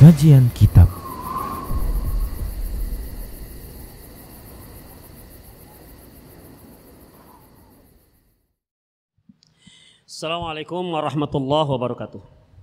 Kajian Kitab. Assalamualaikum warahmatullahi wabarakatuh.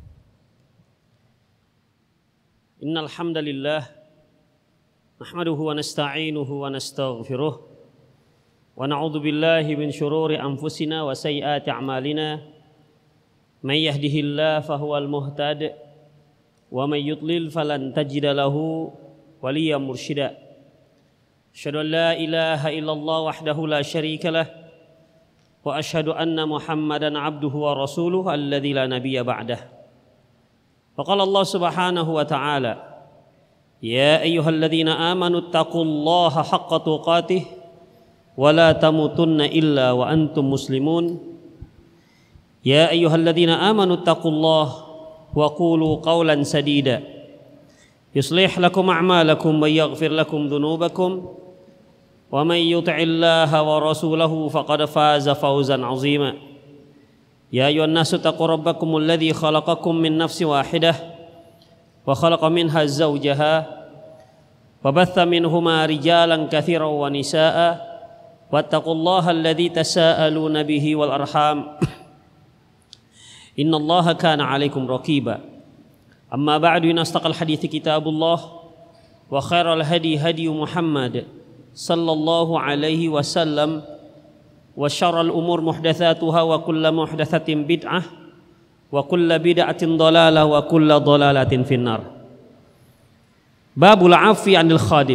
Innal hamdalillah nahmaduhu wa nasta'inuhu wa nastaghfiruh wa na'udzu billahi min shururi anfusina wa sayyiati a'malina. May yahdihillahu fahuwal muhtadi wa may yudlil falan tajida lahu waliyyan mursyida. Asyhadu an la ilaha illallah wahdahu la syarika lah wa asyhadu anna Muhammadan abduhu wa rasuluhu alladzi la nabiyya ba'dah. Wa qala Allah subhanahu wa ta'ala, ya ayyuhalladzina amanu taqullaha haqqa tuqatih wa la tamutunna illa wa antum muslimun. Ya ayyuhalladzina amanu taqullaha wa qulu qawlan sadida yuslih lakum a'malakum wa yaghfir lakum dhunubakum wa may yuti'illaha wa rasulahu faqad faza fawzan 'azima. Ya ayyuhan nasu taqu rabbakumul ladzi khalaqakum min nafsin wahidah wa khalaqa minha zawjaha wa batha minhuma rijalan katsiran wa nisaa'a wattaqullaha alladzi tasaaluna bihi wal arham innallaha kana 'alaikum raqiba. Amma ba'du, in astaqal hadithi kitabullah wa khairal hadi hadi Muhammad sallallahu alaihi wasallam wa syarrul umur muhdatsatuha wa kullu muhdatsatin bid'ah wa kullu bid'atin dhalalah wa kullu dhalalatin finnar. Babul 'afwi 'anil khadim.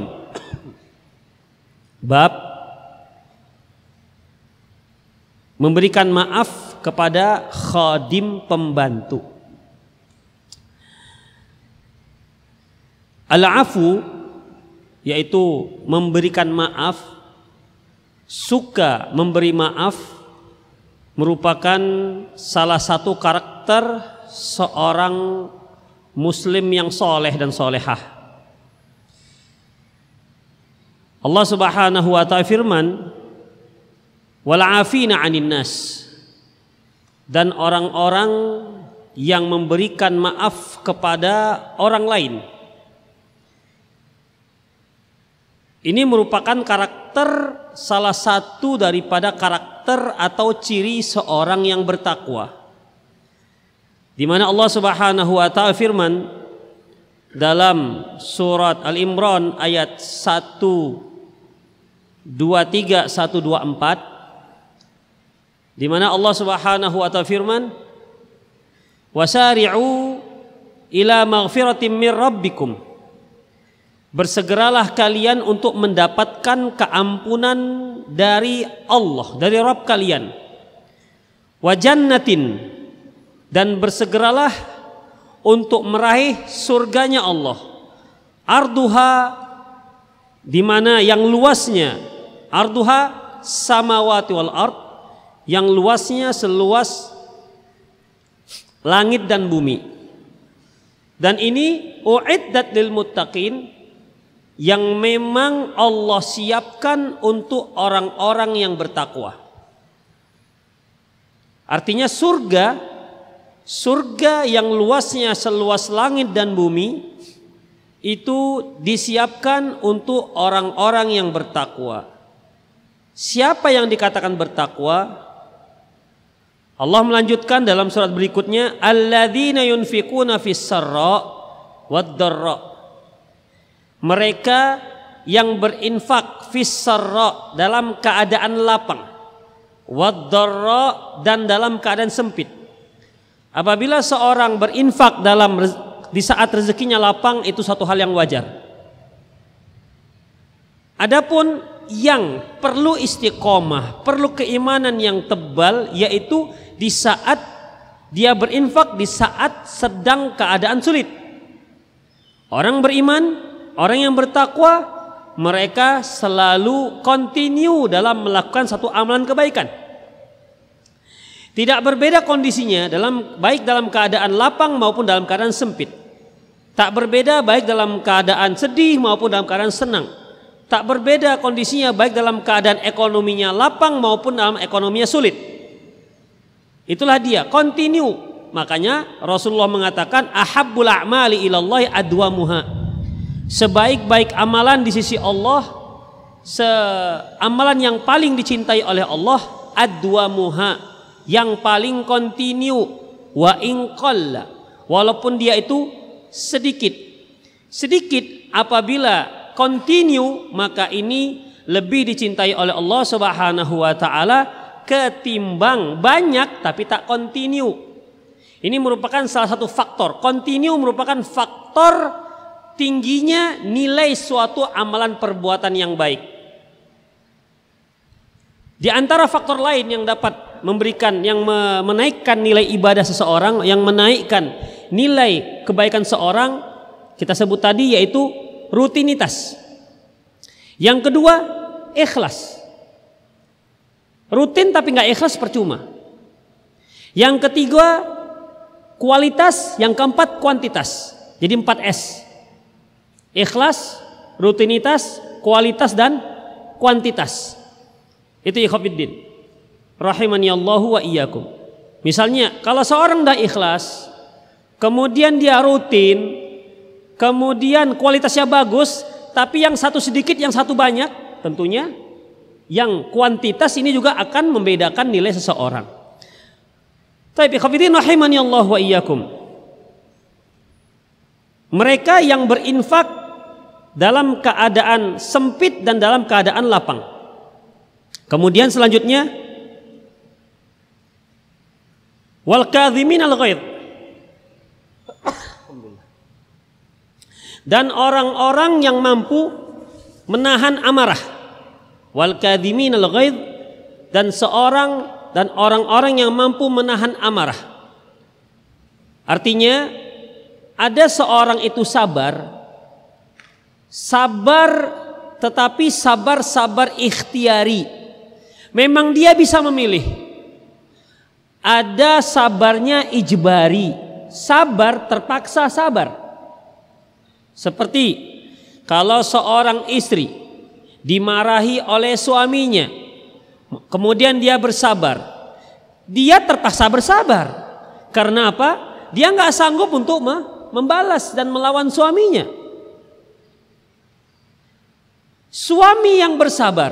Bab memberikan maaf kepada khadim pembantu. Al-'afu yaitu memberikan maaf, suka memberi maaf, merupakan salah satu karakter seorang muslim yang soleh dan solehah. Allah subhanahu wa ta'ala firman, wal 'afina 'anin nas, dan orang-orang yang memberikan maaf kepada orang lain. Ini merupakan karakter, salah satu daripada karakter atau ciri seorang yang bertakwa, di mana Allah Subhanahu wa ta'ala firman dalam surat Al-Imran ayat 123 124, di mana Allah Subhanahu wa ta'ala firman, wasari'u ila maghfiratin min rabbikum, bersegeralah kalian untuk mendapatkan keampunan dari Allah, dari Rabb kalian. Wa jannatin, dan bersegeralah untuk meraih surganya Allah. Arduha, di mana yang luasnya, arduha samawati wal ard, yang luasnya seluas langit dan bumi. Dan ini uiddat lil muttaqin, yang memang Allah siapkan untuk orang-orang yang bertakwa. Artinya surga yang luasnya seluas langit dan bumi itu disiapkan untuk orang-orang yang bertakwa. Siapa yang dikatakan bertakwa? Allah melanjutkan dalam surat berikutnya, alladzina yunfikuna fis sarra wad dharra, mereka yang berinfak fis sarra, dalam keadaan lapang, wad dharra, dan dalam keadaan sempit. Apabila seorang berinfak di saat rezekinya lapang, itu satu hal yang wajar. Adapun yang perlu istiqomah, perlu keimanan yang tebal, yaitu di saat dia berinfak di saat sedang keadaan sulit. Orang beriman, orang yang bertakwa, mereka selalu continue dalam melakukan satu amalan kebaikan. Tidak berbeda kondisinya baik dalam keadaan lapang maupun dalam keadaan sempit. Tak berbeda baik dalam keadaan sedih maupun dalam keadaan senang. Tak berbeda kondisinya baik dalam keadaan ekonominya lapang maupun dalam ekonominya sulit. Itulah dia, continue Makanya Rasulullah mengatakan ahabbul a'mali ilallahi adwamuha. Sebaik-baik amalan di sisi Allah, amalan yang paling dicintai oleh Allah adwamuha, yang paling kontinu, wa in qalla, walaupun dia itu sedikit. Sedikit apabila kontinu, maka ini lebih dicintai oleh Allah Subhanahu wa taala ketimbang banyak tapi tak kontinu. Ini merupakan salah satu faktor. Kontinu merupakan faktor tingginya nilai suatu amalan perbuatan yang baik. Di antara faktor lain yang dapat memberikan, yang menaikkan nilai ibadah seseorang, yang menaikkan nilai kebaikan seorang, kita sebut tadi, yaitu rutinitas. Yang kedua, ikhlas. Rutin tapi nggak ikhlas percuma. Yang ketiga, kualitas. Yang keempat, kuantitas. Jadi 4S. Ikhlas, rutinitas, kualitas, dan kuantitas. Itu ikhwafiddin rahimani Allahu wa iyyakum. Misalnya kalau seorang dah ikhlas, kemudian dia rutin, kemudian kualitasnya bagus, tapi yang satu sedikit, yang satu banyak, tentunya yang kuantitas ini juga akan membedakan nilai seseorang. Tapi ikhwafiddin rahimani Allah wa iyyakum, mereka yang berinfak dalam keadaan sempit dan dalam keadaan lapang. Kemudian selanjutnya, wal kadhimin al ghaidh, dan orang-orang yang mampu menahan amarah. Wal kadhimin al ghaidh, dan orang-orang yang mampu menahan amarah. Artinya ada seorang itu sabar tetapi sabar ikhtiari. Memang dia bisa memilih. Ada sabarnya ijbari, sabar terpaksa sabar. Seperti kalau seorang istri dimarahi oleh suaminya, kemudian dia bersabar, dia terpaksa bersabar. Karena apa? Dia nggak sanggup untuk membalas dan melawan suaminya. Suami yang bersabar,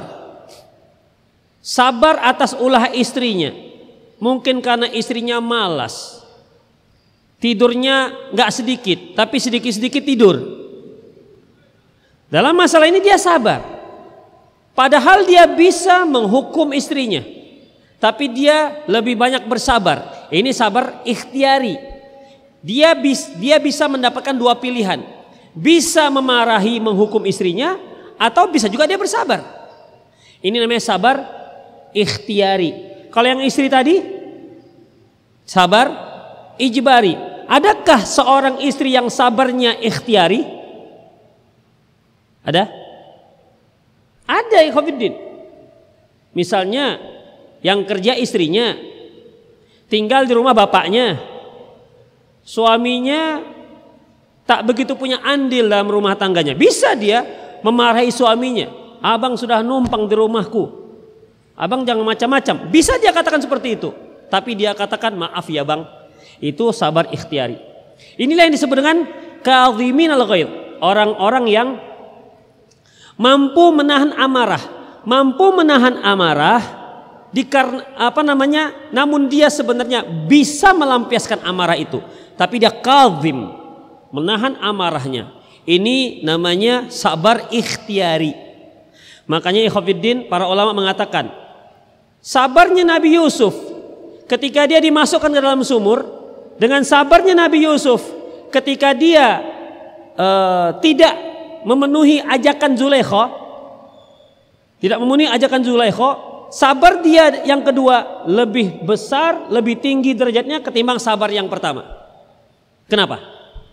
sabar atas ulah istrinya, mungkin karena istrinya malas, tidurnya nggak sedikit, tapi sedikit-sedikit tidur. Dalam masalah ini dia sabar, padahal dia bisa menghukum istrinya, tapi dia lebih banyak bersabar. Ini sabar ikhtiari. Dia bisa mendapatkan dua pilihan, bisa memarahi, menghukum istrinya, atau bisa juga dia bersabar. Ini namanya sabar ikhtiari. Kalau yang istri tadi sabar ijbari. Adakah seorang istri yang sabarnya ikhtiari? Ada? Ada, ikhwatiddin. Misalnya yang kerja istrinya, tinggal di rumah bapaknya, suaminya tak begitu punya andil dalam rumah tangganya. Bisa dia memarahi suaminya, abang sudah numpang di rumahku, abang jangan macam-macam. Bisa dia katakan seperti itu, tapi dia katakan maaf ya bang. Itu sabar ikhtiari. Inilah yang disebut dengan kadhimin al ghaidh, orang-orang yang mampu menahan amarah. Mampu menahan amarah namun dia sebenarnya bisa melampiaskan amarah itu, tapi dia kadhim, menahan amarahnya. Ini namanya sabar ikhtiari. Makanya ikhwatiddin, para ulama mengatakan sabarnya Nabi Yusuf ketika dia dimasukkan ke dalam sumur, dengan sabarnya Nabi Yusuf ketika dia tidak memenuhi ajakan Zulaikha, sabar dia yang kedua lebih besar, lebih tinggi derajatnya ketimbang sabar yang pertama. Kenapa?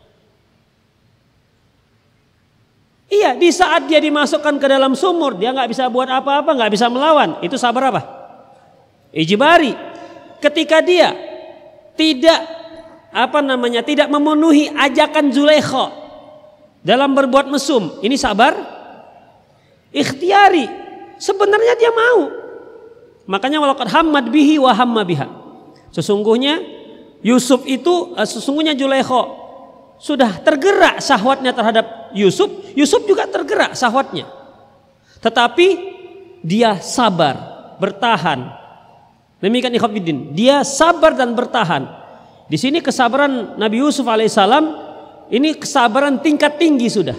Iya, di saat dia dimasukkan ke dalam sumur, dia nggak bisa buat apa-apa, nggak bisa melawan. Itu sabar apa? Ijbari. Ketika dia tidak memenuhi ajakan Zulaikha dalam berbuat mesum, ini sabar ikhtiari. Sebenarnya dia mau. Makanya walaqad hammad bihi wa hamma biha. Sesungguhnya Yusuf itu sesungguhnya Zulaikha sudah tergerak syahwatnya terhadap Yusuf. Yusuf juga tergerak syahwatnya. Tetapi dia sabar, bertahan. Demikian ikhwatiddin. Dia sabar dan bertahan. Di sini kesabaran Nabi Yusuf alaihissalam ini kesabaran tingkat tinggi sudah.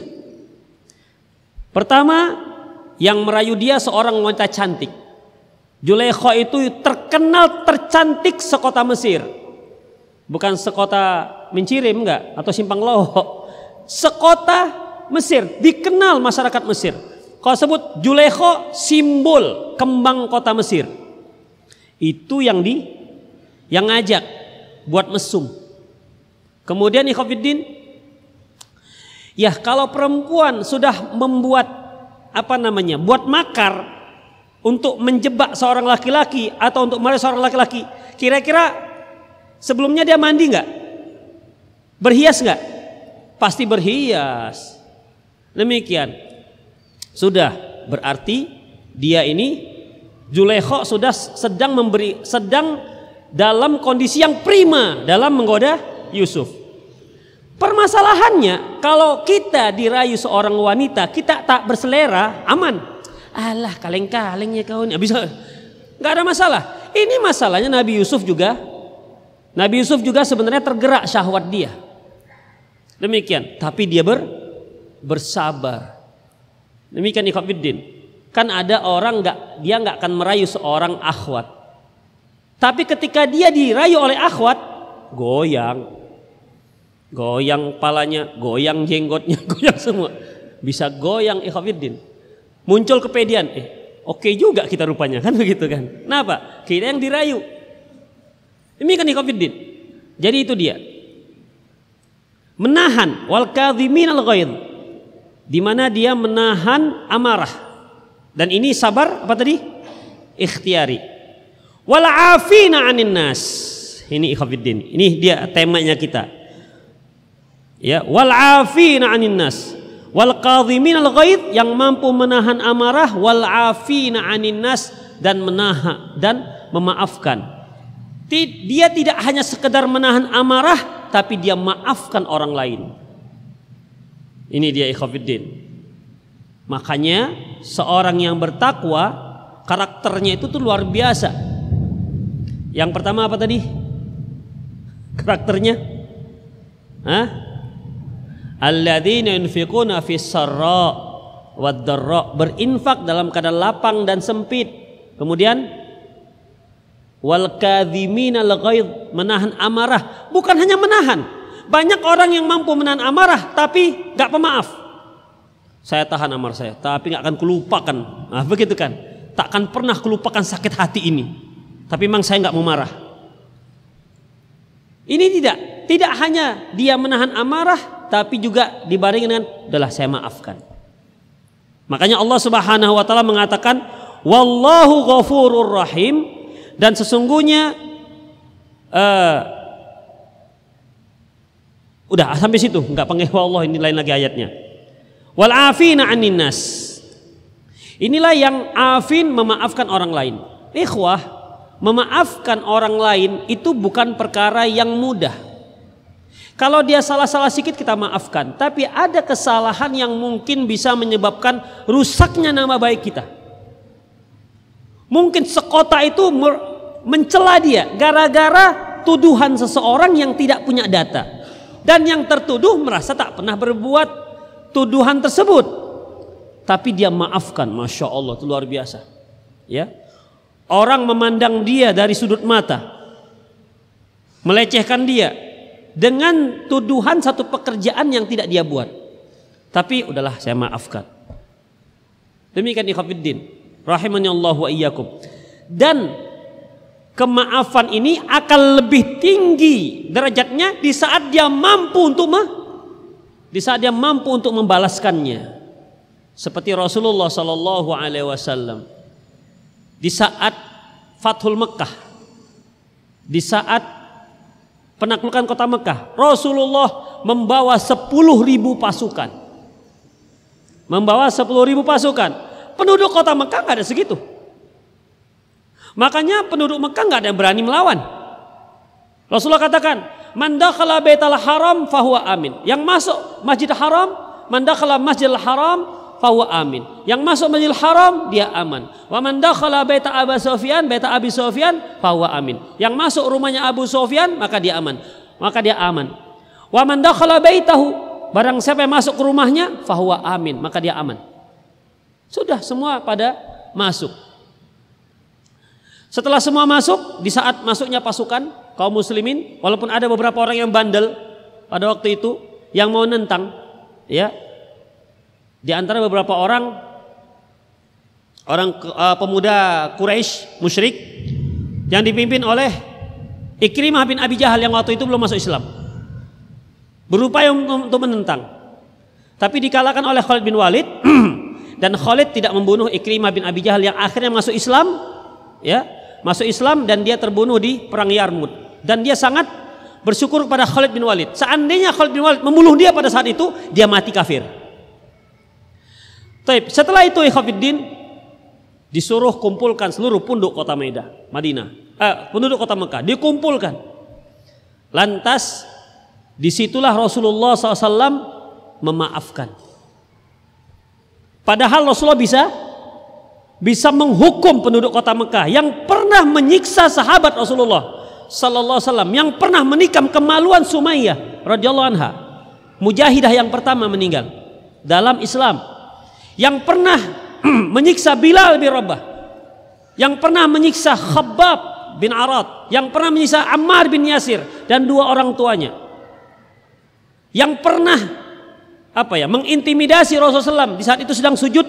Pertama, yang merayu dia seorang wanita cantik. Zulaikha itu terkenal tercantik sekota Mesir. Bukan sekota Mencirim enggak atau Simpang Loho. Sekota Mesir, dikenal masyarakat Mesir. Kalau sebut Zulaikha simbol kembang kota Mesir. Itu yang ngajak buat mesum. Kemudian ikhwatiddin, ya kalau perempuan sudah membuat buat makar untuk menjebak seorang laki-laki atau untuk merayu seorang laki-laki, kira-kira sebelumnya dia mandi nggak? Berhias nggak? Pasti berhias. Demikian. Sudah berarti dia ini Zulaikha sudah sedang dalam kondisi yang prima dalam menggoda Yusuf. Permasalahannya kalau kita dirayu seorang wanita, kita tak berselera, aman. Alah kaleng-kalengnya kau ini bisa, nggak ada masalah. Ini masalahnya Nabi Yusuf juga sebenarnya tergerak syahwat dia. Demikian, tapi dia bersabar. Demikian ikhwatiddin. Kan ada orang dia nggak akan merayu seorang akhwat. Tapi ketika dia dirayu oleh akhwat, goyang kepalanya, goyang jenggotnya, goyang semua. Bisa goyang ikhwatiddin. Muncul kepedean, oke juga kita rupanya, kan begitu kan. Kenapa? Kita yang dirayu. Demikian ikhwatiddin. Jadi itu dia. Menahan wal kadhiminal ghaidh, di mana dia menahan amarah. Dan ini sabar apa tadi? Ikhtiari. Wal afina 'anin nas. Ini ikhwatiddin. Ini dia temanya kita. Ya, wal afina 'anin nas. Wal kadhiminal ghaidh, yang mampu menahan amarah, wal afina 'anin nas, dan menahan dan memaafkan. Dia tidak hanya sekedar menahan amarah, tapi dia maafkan orang lain. Ini dia ikhwatiddin. Makanya seorang yang bertakwa karakternya itu tuh luar biasa. Yang pertama apa tadi? Karakternya? Alladzina yunfiquna fis sarra wad dharra, berinfak dalam keadaan lapang dan sempit. Kemudian wal kadhiminal ghaidh, menahan amarah. Bukan hanya menahan. Banyak orang yang mampu menahan amarah tapi enggak pemaaf. Saya tahan amarah saya, tapi enggak akan kulupakan. Nah, begitu kan? Tak akan pernah kulupakan sakit hati ini. Tapi memang saya enggak mau marah. Ini tidak hanya dia menahan amarah, tapi juga dibarengi dengan udahlah saya maafkan. Makanya Allah Subhanahu wa taala mengatakan wallahu ghafurur rahim, dan sesungguhnya udah sampai situ, enggak panggil Allah, ini lain lagi ayatnya. Wal afina 'anin nas. Inilah yang afin, memaafkan orang lain. Ikhwah, memaafkan orang lain itu bukan perkara yang mudah. Kalau dia salah-salah sedikit kita maafkan, tapi ada kesalahan yang mungkin bisa menyebabkan rusaknya nama baik kita. Mungkin sekota itu mencela dia gara-gara tuduhan seseorang yang tidak punya data, dan yang tertuduh merasa tak pernah berbuat tuduhan tersebut, tapi dia maafkan. Masya Allah, itu luar biasa. Ya, orang memandang dia dari sudut mata, melecehkan dia dengan tuduhan satu pekerjaan yang tidak dia buat, tapi udahlah saya maafkan. Demikian ikhwatiddin rahimani Allah wa iyyakum. Dan kemaafan ini akan lebih tinggi derajatnya di saat dia mampu untuk membalaskannya. Seperti Rasulullah sallallahu alaihi wasallam di saat Fathul Mekah, di saat penaklukan kota Mekah, Rasulullah membawa 10.000 pasukan. Membawa 10.000 pasukan. Penduduk kota Mekah nggak ada segitu. Makanya penduduk Mekah nggak ada yang berani melawan. Rasulullah katakan, "Man dakhala baital haram fahuwa amin." Yang masuk Masjidil Haram, man dakhala Masjidil Haram fahuwa amin. Yang masuk Masjidil Haram dia aman. Wa man dakhala baita Abi Sufyan fahuwa amin. Yang masuk rumahnya Abu Sufyan maka dia aman. Wa man dakhala baitahu, barang siapa yang masuk ke rumahnya fahuwa amin, maka dia aman. Sudah semua pada masuk. Setelah semua masuk, di saat masuknya pasukan kaum muslimin, walaupun ada beberapa orang yang bandel pada waktu itu yang mau nentang, ya, di antara beberapa orang pemuda Quraisy musyrik yang dipimpin oleh Ikrimah bin Abi Jahal yang waktu itu belum masuk Islam, berupaya untuk menentang, tapi dikalahkan oleh Khalid bin Walid dan Khalid tidak membunuh Ikrimah bin Abi Jahal yang akhirnya masuk Islam, ya, masuk Islam dan dia terbunuh di perang Yarmuk, dan dia sangat bersyukur kepada Khalid bin Walid. Seandainya Khalid bin Walid membunuh dia pada saat itu, dia mati kafir. Setelah itu ikhwatiddin disuruh kumpulkan seluruh penduduk kota penduduk kota Mekah dikumpulkan. Lantas disitulah Rasulullah SAW memaafkan. Padahal Rasulullah bisa menghukum penduduk kota Mekah yang pernah menyiksa sahabat Rasulullah sallallahu alaihi wasallam, yang pernah menikam kemaluan Sumayyah radhiyallahu anha, mujahidah yang pertama meninggal dalam Islam, yang pernah menyiksa Bilal bin Rabah, yang pernah menyiksa Khabbab bin Arad, yang pernah menyiksa Ammar bin Yasir dan dua orang tuanya, yang pernah mengintimidasi Rasulullah SAW di saat itu sedang sujud,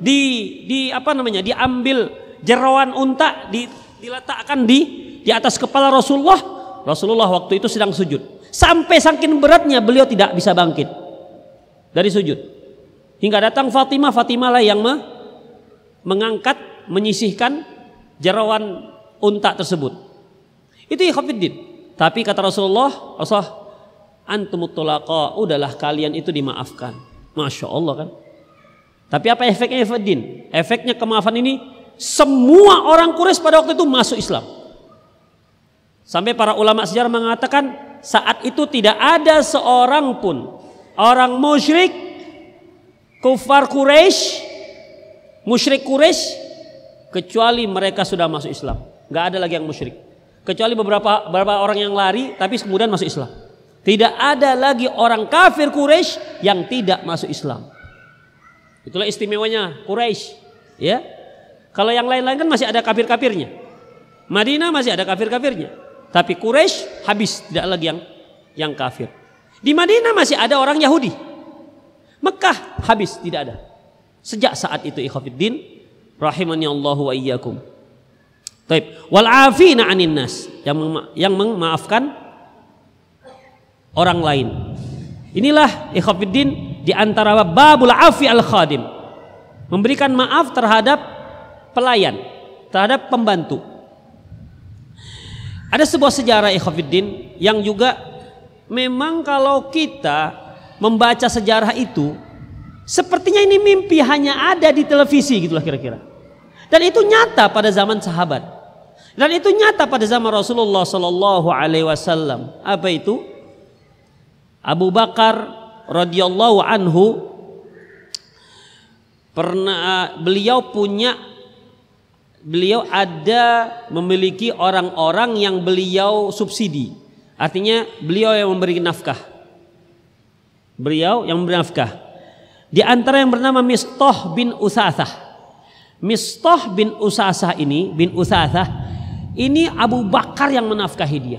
diambil jerawan unta diletakkan di atas kepala Rasulullah. Rasulullah waktu itu sedang sujud, sampai saking beratnya beliau tidak bisa bangkit dari sujud, hingga datang Fatimah lah yang mengangkat, menyisihkan jerawan unta tersebut. Itu ikhwatiddin. Tapi kata Rasulullah, antumut tulaqa, udahlah kalian itu dimaafkan. Masya Allah kan. Tapi apa efeknya ikhwatiddin? Efeknya kemaafan ini, semua orang Quraisy pada waktu itu masuk Islam. Sampai para ulama sejarah mengatakan saat itu tidak ada seorang pun orang musyrik, kufar Quraisy, musyrik Quraisy, kecuali mereka sudah masuk Islam. Nggak ada lagi yang musyrik, kecuali beberapa orang yang lari tapi kemudian masuk Islam. Tidak ada lagi orang kafir Quraisy yang tidak masuk Islam. Itulah istimewanya Quraisy, ya. Kalau yang lain-lain kan masih ada kafir-kafirnya. Madinah masih ada kafir-kafirnya, tapi Quraisy habis, tidak lagi yang kafir. Di Madinah masih ada orang Yahudi. Mekah habis, tidak ada. Sejak saat itu ikhwatiddin rahimani Allah wa iyyakum. Taib. Wal afina 'anin nas, yang memaafkan orang lain. Inilah ikhwatiddin di antara babul afi al khadim, memberikan maaf terhadap pelayan, terhadap pembantu. Ada sebuah sejarah ikhwatiddin yang juga memang kalau kita membaca sejarah itu sepertinya ini mimpi, hanya ada di televisi gitulah kira-kira. Dan itu nyata pada zaman sahabat. Dan itu nyata pada zaman Rasulullah sallallahu alaihi wasallam. Apa itu? Abu Bakar radhiyallahu anhu beliau memiliki orang-orang yang beliau subsidi. Artinya beliau yang memberi nafkah. Beliau yang memberi nafkah. Di antara yang bernama Mistah bin Utsasah. Mistah bin Utsasah ini Abu Bakar yang menafkahi dia.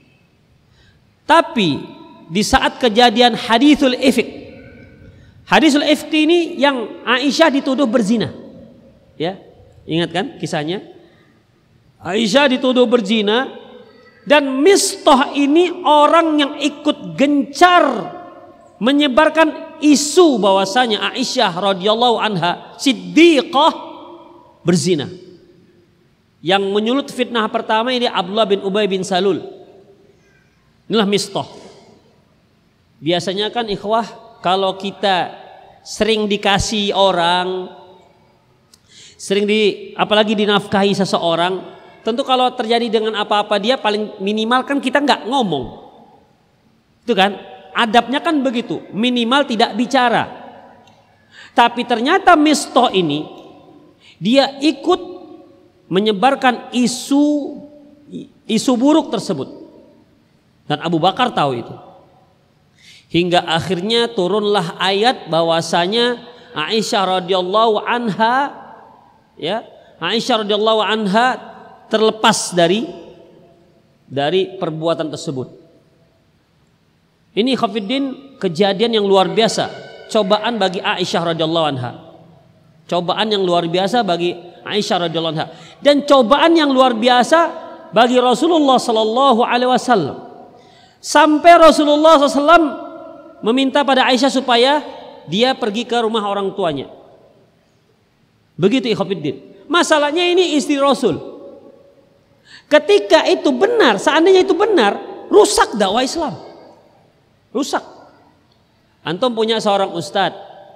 Tapi di saat kejadian hadithul ifk, hadithul ifk ini yang Aisyah dituduh berzina, ya, ingat kan kisahnya? Aisyah dituduh berzina, dan Mistah ini orang yang ikut gencar menyebarkan isu bahwasanya Aisyah radhiyallahu anha siddiqah berzina. Yang menyulut fitnah pertama ini Abdullah bin Ubay bin Salul. Inilah Mistah. Biasanya kan ikhwah, kalau kita sering dikasih orang, apalagi dinafkahi seseorang, tentu kalau terjadi dengan apa-apa dia paling minimal kan kita nggak ngomong. Itu kan, adabnya kan begitu, minimal tidak bicara. Tapi ternyata Mistah ini dia ikut menyebarkan isu buruk tersebut. Dan Abu Bakar tahu itu. Hingga akhirnya turunlah ayat bahwasanya Aisyah radhiyallahu anha, ya, Aisyah radhiyallahu anha terlepas dari perbuatan tersebut. Ini Khafiddin kejadian yang luar biasa, cobaan bagi Aisyah radhiyallahu anha. Cobaan yang luar biasa bagi Aisyah radhiyallahu anha dan cobaan yang luar biasa bagi Rasulullah sallallahu alaihi wasallam. Sampai Rasulullah SAW meminta pada Aisyah supaya dia pergi ke rumah orang tuanya. Begitu ikhwatiddin. Masalahnya ini istri Rasul. Ketika itu benar, seandainya itu benar, rusak dakwah Islam. Rusak. Antum punya seorang ustadz.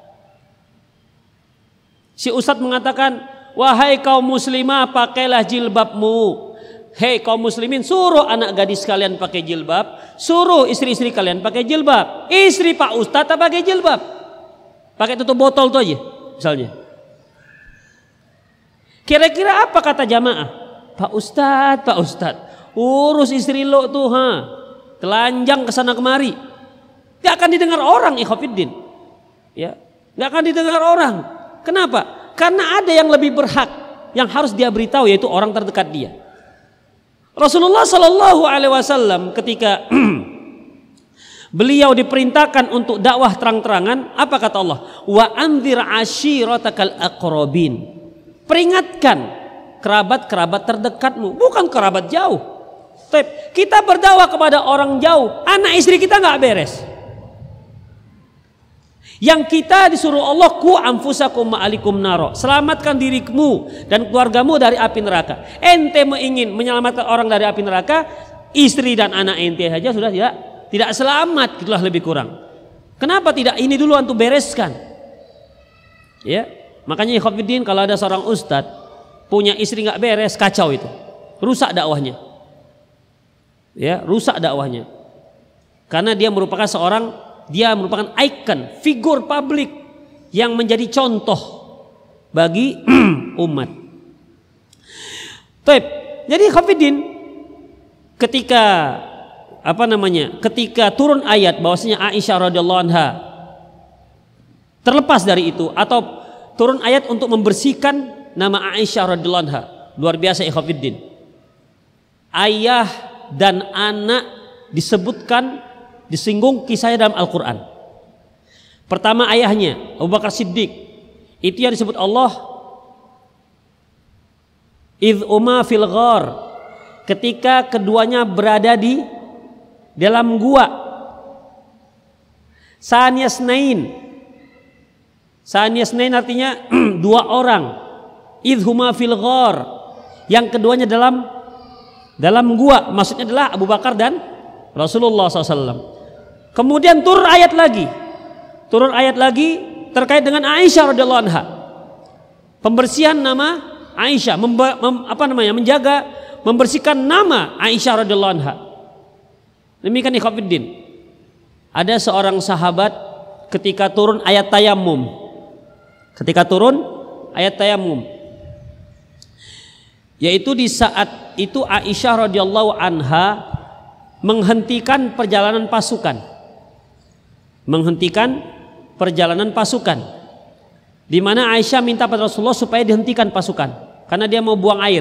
Si ustadz mengatakan, wahai kaum muslimah pakailah jilbabmu. Hei kaum muslimin, suruh anak gadis kalian pakai jilbab, suruh istri-istri kalian pakai jilbab. Istri Pak Ustadz tak pakai jilbab, pakai tutup botol tuh aja misalnya. Kira-kira apa kata jamaah? Pak Ustadz, urus istri lo tuh, telanjang kesana kemari. Gak akan didengar orang, ikhwatiddin. Ya, gak akan didengar orang. Kenapa? Karena ada yang lebih berhak yang harus dia beritahu, yaitu orang terdekat dia. Rasulullah Shallallahu Alaihi Wasallam ketika beliau diperintahkan untuk dakwah terang-terangan, apa kata Allah? Wa anzir ashiratakal aqrabin. Peringatkan kerabat-kerabat terdekatmu, bukan kerabat jauh. Kita berdakwah kepada orang jauh, anak istri kita nggak beres. Yang kita disuruh Allah, ku anfusakum ma'alikum naro, selamatkan dirimu dan keluargamu dari api neraka. Ente ingin menyelamatkan orang dari api neraka, istri dan anak ente saja sudah tidak selamat, itulah lebih kurang. Kenapa tidak ini dulu antum bereskan? Ya, makanya ikhwatiddin, kalau ada seorang ustadz punya istri nggak beres, kacau itu, rusak dakwahnya. Ya, rusak dakwahnya. Karena dia merupakan ikon, figur publik yang menjadi contoh bagi umat. Jadi Khafiddin, ketika ketika turun ayat bahwasanya Aisyah radhiyallahu anha terlepas dari itu, atau turun ayat untuk membersihkan nama Aisyah radhiyallahu anha, luar biasa Khafiddin. Ayah dan anak disinggung kisahnya dalam Al-Quran. Pertama ayahnya Abu Bakar Siddiq, itu yang disebut Allah idh uma fil ghar, ketika keduanya berada di dalam gua. Saniyasnain artinya dua orang. Idh huma fil ghar, yang keduanya dalam gua, maksudnya adalah Abu Bakar dan Rasulullah SAW. Kemudian turun ayat lagi terkait dengan Aisyah radhiyallahu anha. Pembersihan nama Aisyah, menjaga, membersihkan nama Aisyah radhiyallahu anha. Demikian ikhwatiddin. Ada seorang sahabat ketika turun ayat tayamum. Yaitu di saat itu Aisyah radhiyallahu anha menghentikan perjalanan pasukan, di mana Aisyah minta pada Rasulullah supaya dihentikan pasukan karena dia mau buang air.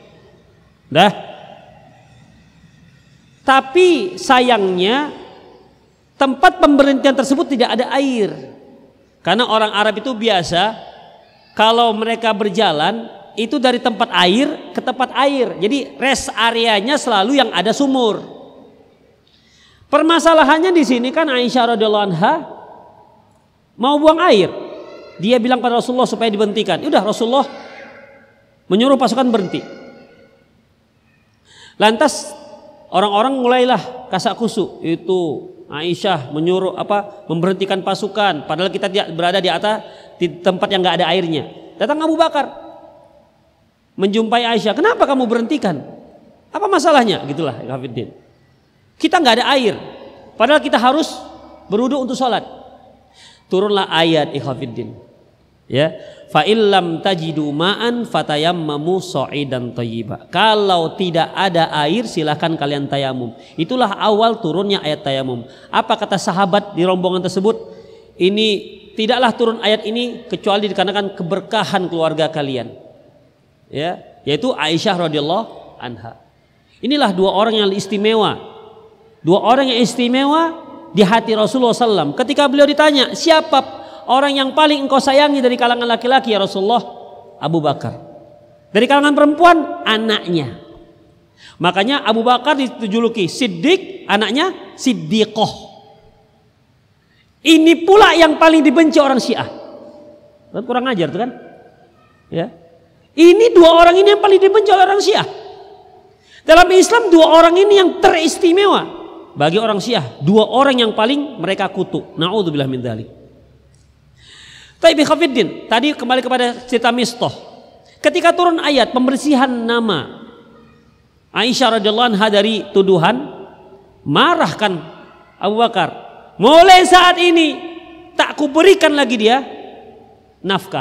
Tapi sayangnya tempat pemberhentian tersebut tidak ada air, karena orang Arab itu biasa kalau mereka berjalan itu dari tempat air ke tempat air, jadi rest areanya selalu yang ada sumur. Permasalahannya di sini kan Aisyah radhiyallahu anha mau buang air. Dia bilang pada Rasulullah supaya diberhentikan. Udah, Rasulullah menyuruh pasukan berhenti. Lantas orang-orang mulailah kasak kusuk. Itu Aisyah menyuruh memberhentikan pasukan, padahal kita tidak berada di tempat yang nggak ada airnya. Datang Abu Bakar. menjumpai Aisyah, kenapa kamu berhentikan? Apa masalahnya? Gitulah Hafidin. Kita nggak ada air, padahal kita harus berwudu untuk sholat. Turunlah ayat Hafidin. Ya, fa illam tajidu ma'an fatayammamu sha'idan thayyiba. Kalau tidak ada air silahkan kalian tayamum. Itulah awal turunnya ayat tayamum. Apa kata sahabat di rombongan tersebut? Ini tidaklah turun ayat ini kecuali dikarenakan keberkahan keluarga kalian. Ya, yaitu Aisyah radhiyallahu anha. Inilah dua orang yang istimewa. Dua orang yang istimewa di hati Rasulullah SAW. Ketika beliau ditanya, siapa orang yang paling engkau sayangi dari kalangan laki-laki ya Rasulullah? Abu Bakar. Dari kalangan perempuan, anaknya. Makanya Abu Bakar dijuluki Siddiq, anaknya Siddiqoh. Ini pula yang paling dibenci orang Syiah. Kan kurang ajar tuh kan? Ya. Ini dua orang ini yang paling dibenci oleh orang Syiah. Dalam Islam dua orang ini yang teristimewa. Bagi orang Syiah, dua orang yang paling mereka kutuk. Na'udzubillah min dzalik. Tapi Khafiddin, tadi kembali kepada cerita Mistah. Ketika turun ayat pembersihan nama Aisyah radhiyallahu anha dari tuduhan, marahkan Abu Bakar. Mulai saat ini tak kuberikan lagi dia nafkah.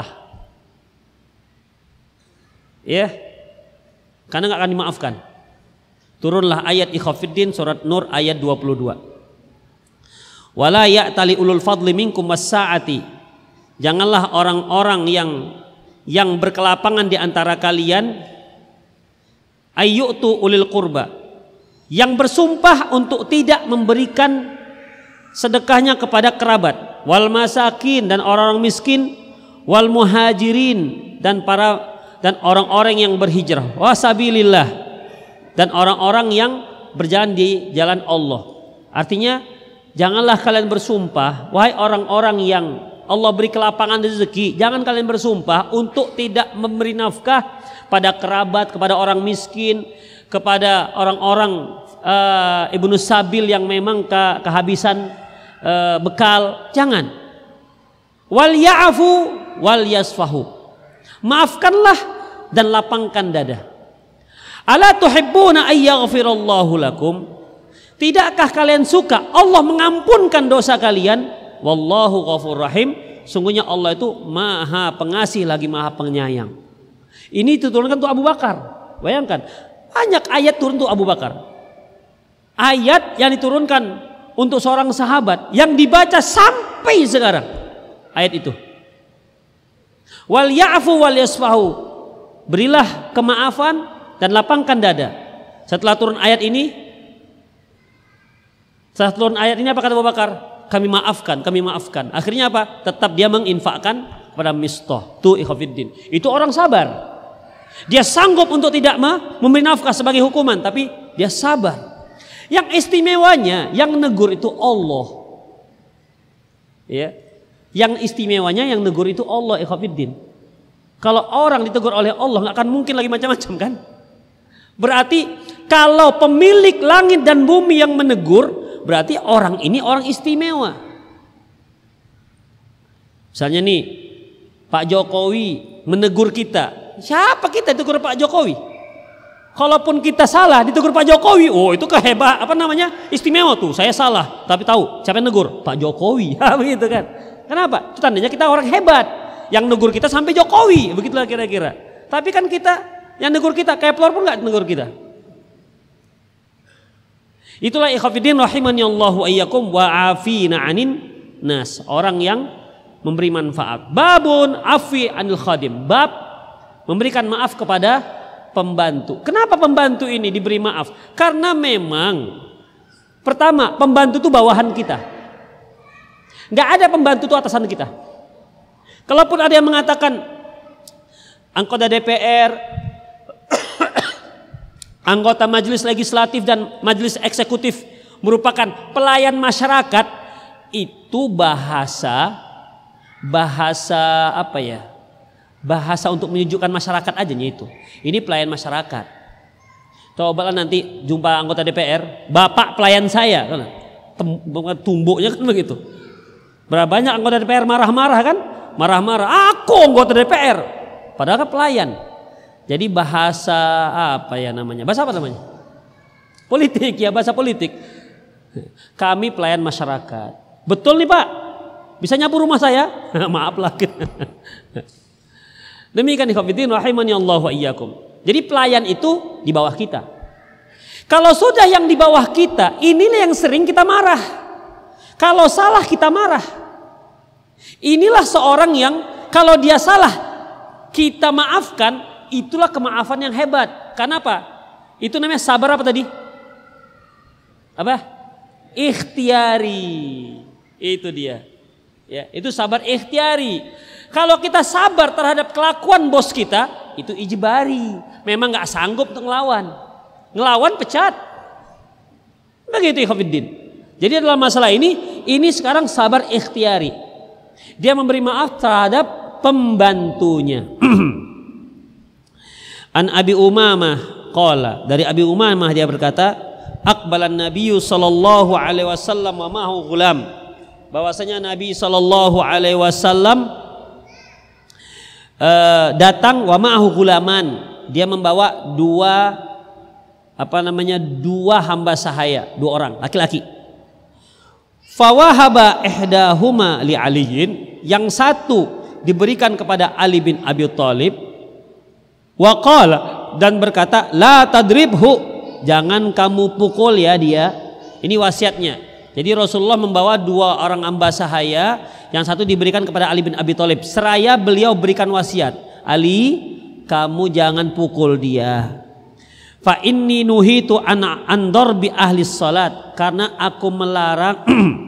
Ya. Karena enggak akan dimaafkan. Turunlah ayat Khafiddin surat Nur ayat 22. Wala ya'tali ulul fadli minkum was-sa'ati. Janganlah orang-orang yang berkelapangan di antara kalian ayyutu ulil qurba, yang bersumpah untuk tidak memberikan sedekahnya kepada kerabat, wal masakin dan orang-orang miskin, wal muhajirin dan orang-orang yang berhijrah, wasabilillah dan orang-orang yang berjalan di jalan Allah. Artinya janganlah kalian bersumpah, wahai orang-orang yang Allah beri kelapangan rezeki, jangan kalian bersumpah untuk tidak memberi nafkah pada kerabat, kepada orang miskin, kepada orang-orang ibnu sabil yang memang kehabisan bekal. Jangan. Wal ya'fu wal yasfahu. Maafkanlah dan lapangkan dada. Ala tuhibbuna ayyaghfirallahu lakum? Tidakkah kalian suka Allah mengampunkan dosa kalian? Wallahu ghafurur rahim. Sungguhnya Allah itu Maha Pengasih lagi Maha Penyayang. Ini diturunkan untuk Abu Bakar. Bayangkan, banyak ayat turun untuk Abu Bakar. Ayat yang diturunkan untuk seorang sahabat yang dibaca sampai sekarang. Ayat itu. Wal ya'fu wal yasfahu. Berilah kemaafan dan lapangkan dada. Setelah turun ayat ini, apa kata Abu Bakar? Kami maafkan, kami maafkan. Akhirnya apa? Tetap dia menginfakkan kepada Mistah. Tuh Khafiddin. Itu orang sabar. Dia sanggup untuk tidak memberi nafkah sebagai hukuman, tapi dia sabar. Yang istimewanya, yang negur itu Allah. Ya. Yang istimewanya yang negur itu Allah, Khafiddin. Kalau orang ditegur oleh Allah, nggak akan mungkin lagi macam-macam kan? Berarti kalau pemilik langit dan bumi yang menegur, berarti orang ini orang istimewa. Misalnya nih, Pak Jokowi menegur kita. Siapa kita ditegur Pak Jokowi? Kalaupun kita salah ditegur Pak Jokowi, oh itu kehebat, istimewa tuh. Saya salah, tapi tahu siapa yang negur? Pak Jokowi. Begitu kan? Kenapa? Itu tandanya kita orang hebat. Yang negur kita sampai Jokowi, begitulah kira-kira. Tapi kan kita yang negur kita, Kepler pun nggak negur kita. Itulah Khafiddin rahimani Allahu ayyakum wa afina anin nas. Orang yang memberi manfaat. Babun afi anil khadim. Bab memberikan maaf kepada pembantu. Kenapa pembantu ini diberi maaf? Karena memang pertama, pembantu itu bawahan kita. Nggak ada pembantu itu atasan kita. Kalaupun ada yang mengatakan anggota DPR, anggota majelis legislatif dan majelis eksekutif merupakan pelayan masyarakat, itu bahasa apa ya? Bahasa untuk menyejukkan masyarakat aja itu. Ini pelayan masyarakat. Cobalah nanti jumpa anggota DPR, Bapak pelayan saya, kan? Tumbuknya kan begitu. Berapa banyak anggota DPR marah-marah kan? Marah-marah, aku anggota DPR. Padahal kan pelayan. Jadi bahasa apa ya namanya? Bahasa apa namanya? Politik ya, bahasa politik. Kami pelayan masyarakat. Betul nih Pak. Bisa nyapu rumah saya? Maaf lah. Demikian ikhwatiddin rahimani Allah wa iyyakum. Jadi pelayan itu di bawah kita. Kalau sudah yang di bawah kita, inilah yang sering kita marah. Kalau salah kita marah. Inilah seorang yang kalau dia salah kita maafkan, itulah kemaafan yang hebat. Kenapa? Itu namanya sabar apa tadi? Apa? Ikhtiari. Itu dia. Ya, itu sabar ikhtiari. Kalau kita sabar terhadap kelakuan bos kita, itu ijbari. Memang nggak sanggup untuk ngelawan pecat. Begitu ikhwatiddin. Jadi dalam masalah ini sekarang sabar ikhtiari. Dia memberi maaf terhadap pembantunya. An Abi Umamah qala, dari Abi Umamah dia berkata, aqbalan nabiyyu sallallahu alaihi wasallam wa ma'ahu ghulam. Bahwasanya Nabi sallallahu alaihi wasallam datang wa ma'ahu ghulaman. Dia membawa dua hamba sahaya, dua orang laki-laki. Fawahaba ihdahuma li Aliyin, yang satu diberikan kepada Ali bin Abi Thalib. Wa qala, dan berkata, la tadribhu, jangan kamu pukul ya dia. Ini wasiatnya. Jadi Rasulullah membawa dua orang hamba sahaya, yang satu diberikan kepada Ali bin Abi Thalib. Seraya beliau berikan wasiat, Ali, kamu jangan pukul dia. Fa inni nuhitu an darbi ahli salat, karena aku melarang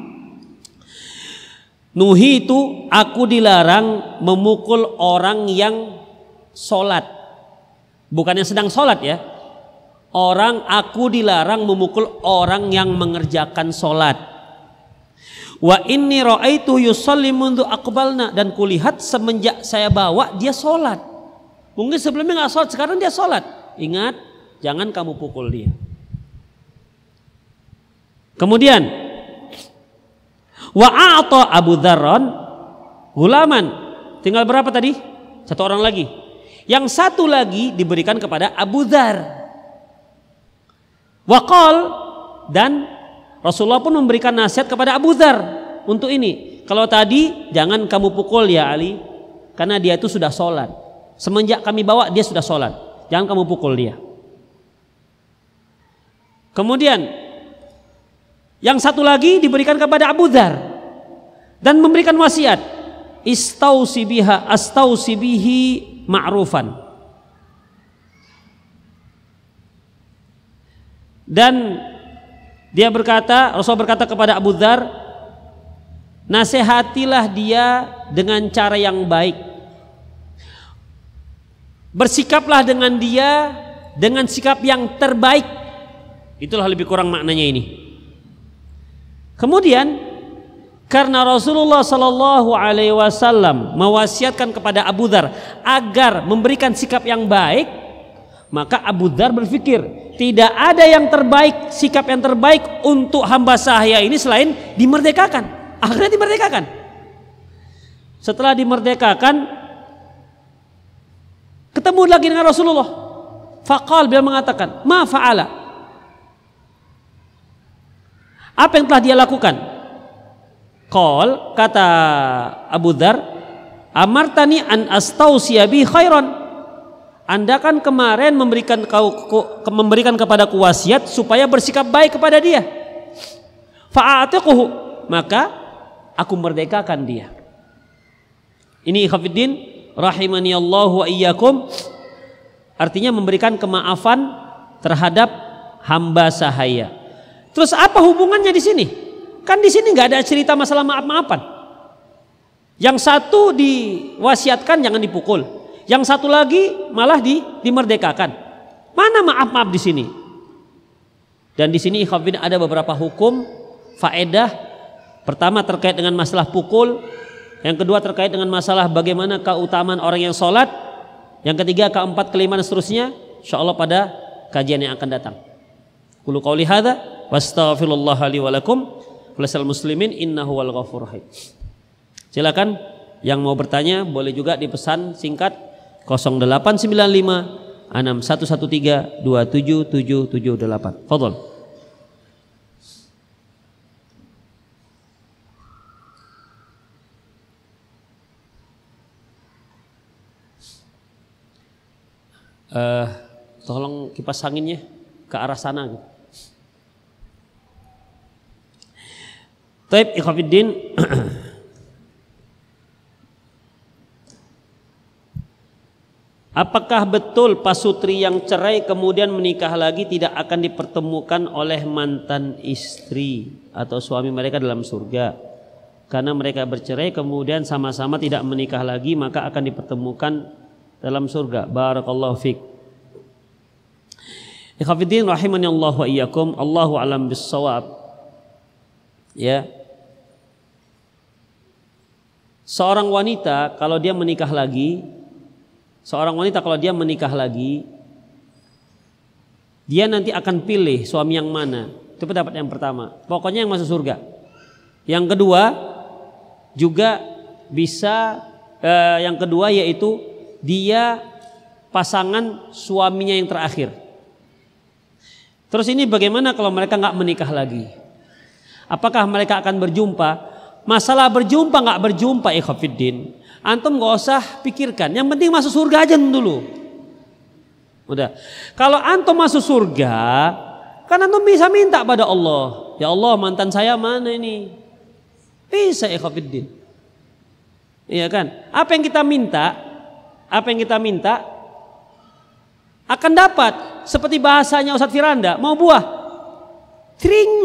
nuhitu, aku dilarang memukul orang yang sholat, bukan yang sedang sholat ya. Aku dilarang memukul orang yang mengerjakan sholat. Wa inni ra'aitu yusalli mundu aqbalna, dan kulihat semenjak saya bawa dia sholat. Mungkin sebelumnya nggak sholat, sekarang dia sholat. Ingat, jangan kamu pukul dia. Kemudian wa a'ta Abu Dzarran gulaman, tinggal berapa tadi? Satu orang lagi. Yang satu lagi diberikan kepada Abu Dzar. Wa qal, dan Rasulullah pun memberikan nasihat kepada Abu Dzar untuk ini. Kalau tadi jangan kamu pukul ya Ali, karena dia itu sudah sholat. Semenjak kami bawa dia sudah sholat, jangan kamu pukul dia. Kemudian yang satu lagi diberikan kepada Abu Dzar dan memberikan wasiat, istausi biha astausi bihi ma'rufan. Dan dia berkata, Rasul berkata kepada Abu Dzar, nasihatilah dia dengan cara yang baik. Bersikaplah dengan dia dengan sikap yang terbaik. Itulah lebih kurang maknanya ini. Kemudian karena Rasulullah Sallallahu Alaihi Wasallam mewasiatkan kepada Abu Dzar agar memberikan sikap yang baik, maka Abu Dzar berpikir tidak ada yang terbaik, sikap yang terbaik untuk hamba sahaya ini selain dimerdekakan. Akhirnya dimerdekakan. Setelah dimerdekakan, ketemu lagi dengan Rasulullah. Faqal, beliau mengatakan, ma fa'ala, apa yang telah dia lakukan? Qal, kata Abu Dzar, amartani an astausiya bi khairan. Anda kan kemarin memberikan kepadaku wasiat supaya bersikap baik kepada dia. Fa'atiquhu, maka aku merdekakan dia. Ini ikhwatiddin rahimani Allah wa iyyakum, artinya memberikan kemaafan terhadap hamba sahaya. Terus apa hubungannya di sini? Kan di sini nggak ada cerita masalah maaf-maafan. Yang satu diwasiatkan jangan dipukul, yang satu lagi malah dimerdekakan. Mana maaf-maaf di sini? Dan di sini ikhwan ada beberapa hukum faedah. Pertama terkait dengan masalah pukul, yang kedua terkait dengan masalah bagaimana keutamaan orang yang sholat, yang ketiga, keempat, kelima dan seterusnya. Insyaallah pada kajian yang akan datang. Qulu qauli hadza wastaghfirullah li wa lakum walisal muslimin innahu wal ghafurur rahim. Silakan yang mau bertanya boleh juga dipesan singkat 0895 61132778. Fadhol. Tolong kipas anginnya ke arah sana gitu. Taib ikhwafiddin. Apakah betul pasutri yang cerai kemudian menikah lagi tidak akan dipertemukan oleh mantan istri atau suami mereka dalam surga? Karena mereka bercerai kemudian sama-sama tidak menikah lagi maka akan dipertemukan dalam surga. Barakallahu fiik. Ikhwatiddin rahimani Allah wa iyyakum. Allahu a'lam bis-shawab. Ya. Seorang wanita kalau dia menikah lagi, dia nanti akan pilih suami yang mana. Itu pendapat yang pertama. Pokoknya yang masuk surga. Yang kedua juga bisa yang kedua yaitu dia pasangan suaminya yang terakhir. Terus ini bagaimana kalau mereka nggak menikah lagi? Apakah mereka akan berjumpa? Masalah berjumpa nggak berjumpa ikhwafiddin, antum nggak usah pikirkan. Yang penting masuk surga aja dulu. Udah. Kalau antum masuk surga, kan antum bisa minta pada Allah. Ya Allah, mantan saya mana ini? Bisa ikhwafiddin. Iya kan? Apa yang kita minta akan dapat. Seperti bahasanya Ustadz Firanda, mau buah cring.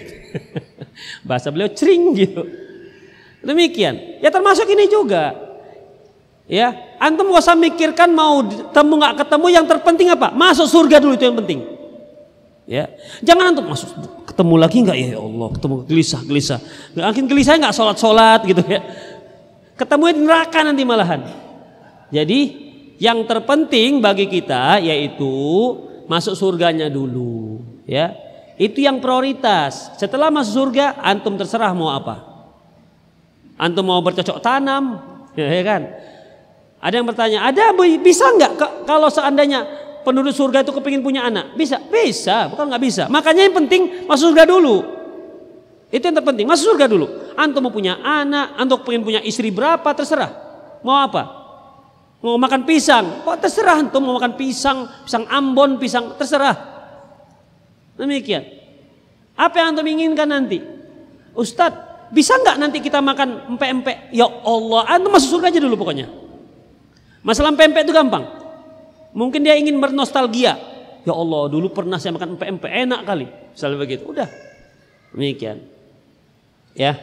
Bahasa beliau cring gitu. Demikian. Ya termasuk ini juga. Ya, antum gak usah mikirkan mau temu gak ketemu, yang terpenting apa? Masuk surga dulu, itu yang penting. Ya, jangan antum masuk ketemu lagi nggak ya Allah, ketemu gelisah. Mungkin gelisah nggak sholat gitu ya. Ketemu di neraka nanti malahan. Jadi yang terpenting bagi kita yaitu masuk surganya dulu, ya. Itu yang prioritas. Setelah masuk surga, antum terserah mau apa. Antum mau bercocok tanam, ya kan? Ada yang bertanya, bisa nggak kalau seandainya penduduk surga itu kepingin punya anak? Bisa, bukan nggak bisa. Makanya yang penting masuk surga dulu. Itu yang terpenting, masuk surga dulu. Antum mau punya anak, antum pengen punya istri berapa, terserah. Mau apa? Mau makan pisang, terserah antum mau makan pisang Ambon, terserah. Demikian. Apa yang antum inginkan nanti? Ustadz, bisa nggak nanti kita makan empek-empek? Ya Allah, antum masuk surga aja dulu pokoknya. Masalah empek-empek itu gampang. Mungkin dia ingin bernostalgia. Ya Allah, dulu pernah saya makan empek-empek, enak kali. Misalnya begitu. Udah. Demikian. Ya.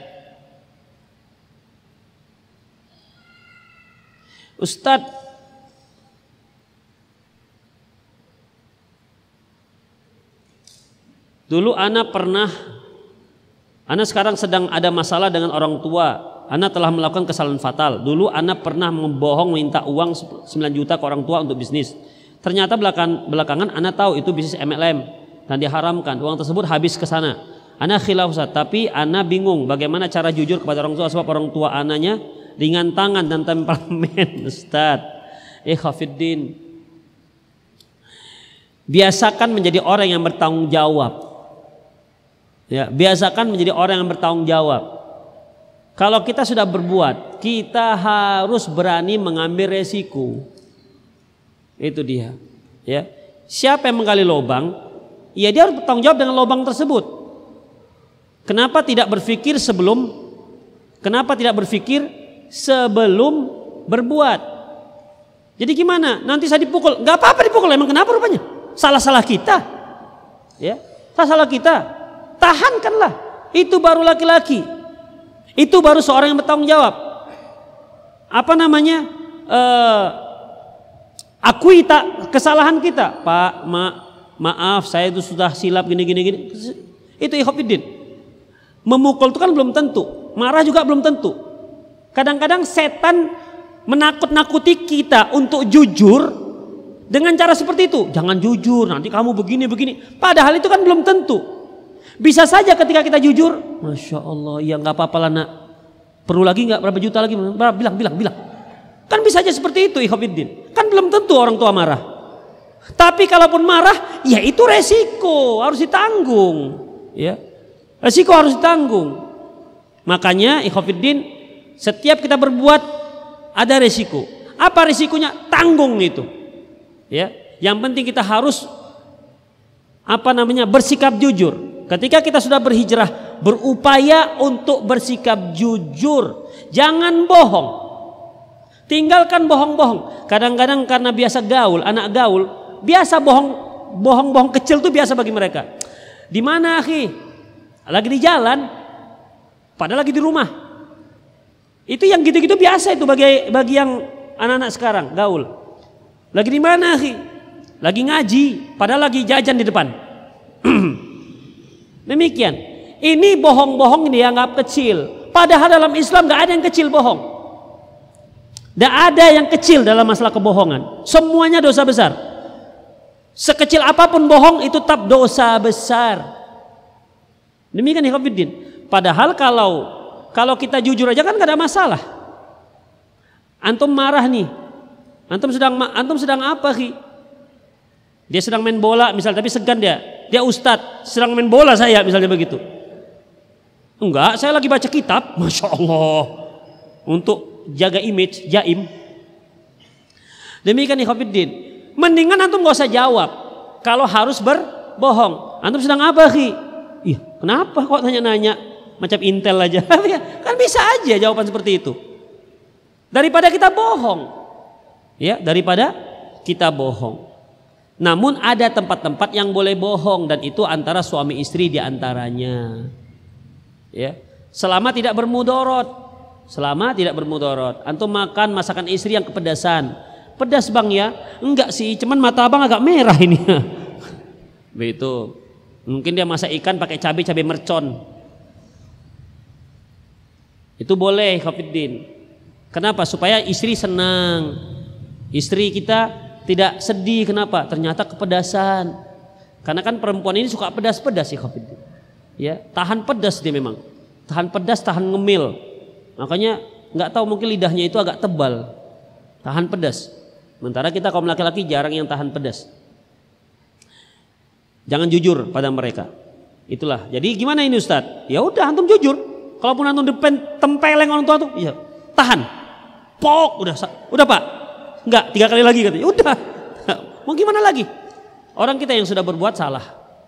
Ustadz, dulu ana sekarang sedang ada masalah dengan orang tua. Ana telah melakukan kesalahan fatal. Dulu ana pernah membohong minta uang 9 juta ke orang tua untuk bisnis. Ternyata belakangan ana tahu itu bisnis MLM dan diharamkan. Uang tersebut habis ke sana. Ana khilaf Ustaz, tapi ana bingung bagaimana cara jujur kepada orang tua sebab orang tua ananya ringan tangan dan temperamen. Ustaz, ikhwafiddin, biasakan menjadi orang yang bertanggung jawab. Ya, biasakan menjadi orang yang bertanggung jawab. Kalau kita sudah berbuat, kita harus berani mengambil resiko. Itu dia. Ya, siapa yang menggali lubang, ya dia harus bertanggung jawab dengan lubang tersebut. Kenapa tidak berpikir sebelum berbuat? Jadi gimana? Nanti saya dipukul, nggak apa-apa dipukul. Emang kenapa rupanya? Salah kita, ya, salah kita. Tahankanlah. Itu baru laki-laki. Itu baru seorang yang bertanggung jawab. Apa namanya? Akui kesalahan kita. Pak, maaf, saya itu sudah silap gini. Itu ikhwafiddin. Memukul itu kan belum tentu. Marah juga belum tentu. Kadang-kadang setan menakut-nakuti kita untuk jujur dengan cara seperti itu. Jangan jujur, nanti kamu begini. Padahal itu kan belum tentu. Bisa saja ketika kita jujur, Masya Allah, ya nggak apa-apa lah nak. Perlu lagi nggak, berapa juta lagi? Bilang. Kan bisa aja seperti itu ikhwafiddin. Kan belum tentu orang tua marah. Tapi kalaupun marah, ya itu resiko harus ditanggung. Ya, resiko harus ditanggung. Makanya ikhwatiddin, setiap kita berbuat ada resiko. Apa resikonya? Tanggung itu. Ya, yang penting kita harus bersikap jujur. Ketika kita sudah berhijrah, berupaya untuk bersikap jujur. Jangan bohong. Tinggalkan bohong-bohong. Kadang-kadang karena biasa gaul, anak gaul, biasa bohong kecil itu biasa bagi mereka. Di mana, akhi? Lagi di jalan, padahal lagi di rumah. Itu yang gitu-gitu biasa itu bagi yang anak-anak sekarang gaul. Lagi di mana, akhi? Lagi ngaji, padahal lagi jajan di depan. Demikian. Ini bohong-bohong dianggap kecil. Padahal dalam Islam gak ada yang kecil bohong. Gak ada yang kecil dalam masalah kebohongan. Semuanya dosa besar. Sekecil apapun bohong itu tetap dosa besar. Demikian ikhwatiddin. Padahal kalau kita jujur aja kan gak ada masalah. Antum marah nih. Antum sedang apa, Ki? Dia sedang main bola misalnya, tapi segan dia. Dia ustadz, sedang main bola saya misalnya begitu. Enggak, saya lagi baca kitab. Masya Allah. Untuk jaga image, jaim. Demikian ikhwatiddin. Mendingan antum gak usah jawab. Kalau harus berbohong. Antum sedang apa, Ki? Ih, kenapa kok tanya-nanya? Macam intel aja. Kan bisa aja jawaban seperti itu. Daripada kita bohong. Ya, daripada kita bohong. Namun ada tempat-tempat yang boleh bohong, dan itu antara suami istri di antaranya. Ya, selama tidak bermudorot. Selama tidak bermudorot. Antum makan masakan istri yang kepedasan. Pedas bang ya? Enggak sih, cuman mata abang agak merah ini. Begitu. Mungkin dia masak ikan pakai cabai mercon. Itu boleh, ikhwatiddin. Kenapa? Supaya istri senang. Istri kita tidak sedih. Kenapa? Ternyata kepedasan. Karena kan perempuan ini suka pedas-pedas, ikhwatiddin. Ya, tahan pedas dia memang. Tahan pedas, tahan ngemil. Makanya nggak tahu, mungkin lidahnya itu agak tebal. Tahan pedas. Sementara kita kaum laki-laki jarang yang tahan pedas. Jangan jujur pada mereka. Itulah. Jadi gimana ini Ustadz? Ya udah antum jujur. Kalaupun antum tempeleng orang tua tuh, iya, tahan. Pok, udah Pak. Enggak, 3 kali lagi katanya. Udah. Mau gimana lagi? Orang kita yang sudah berbuat salah.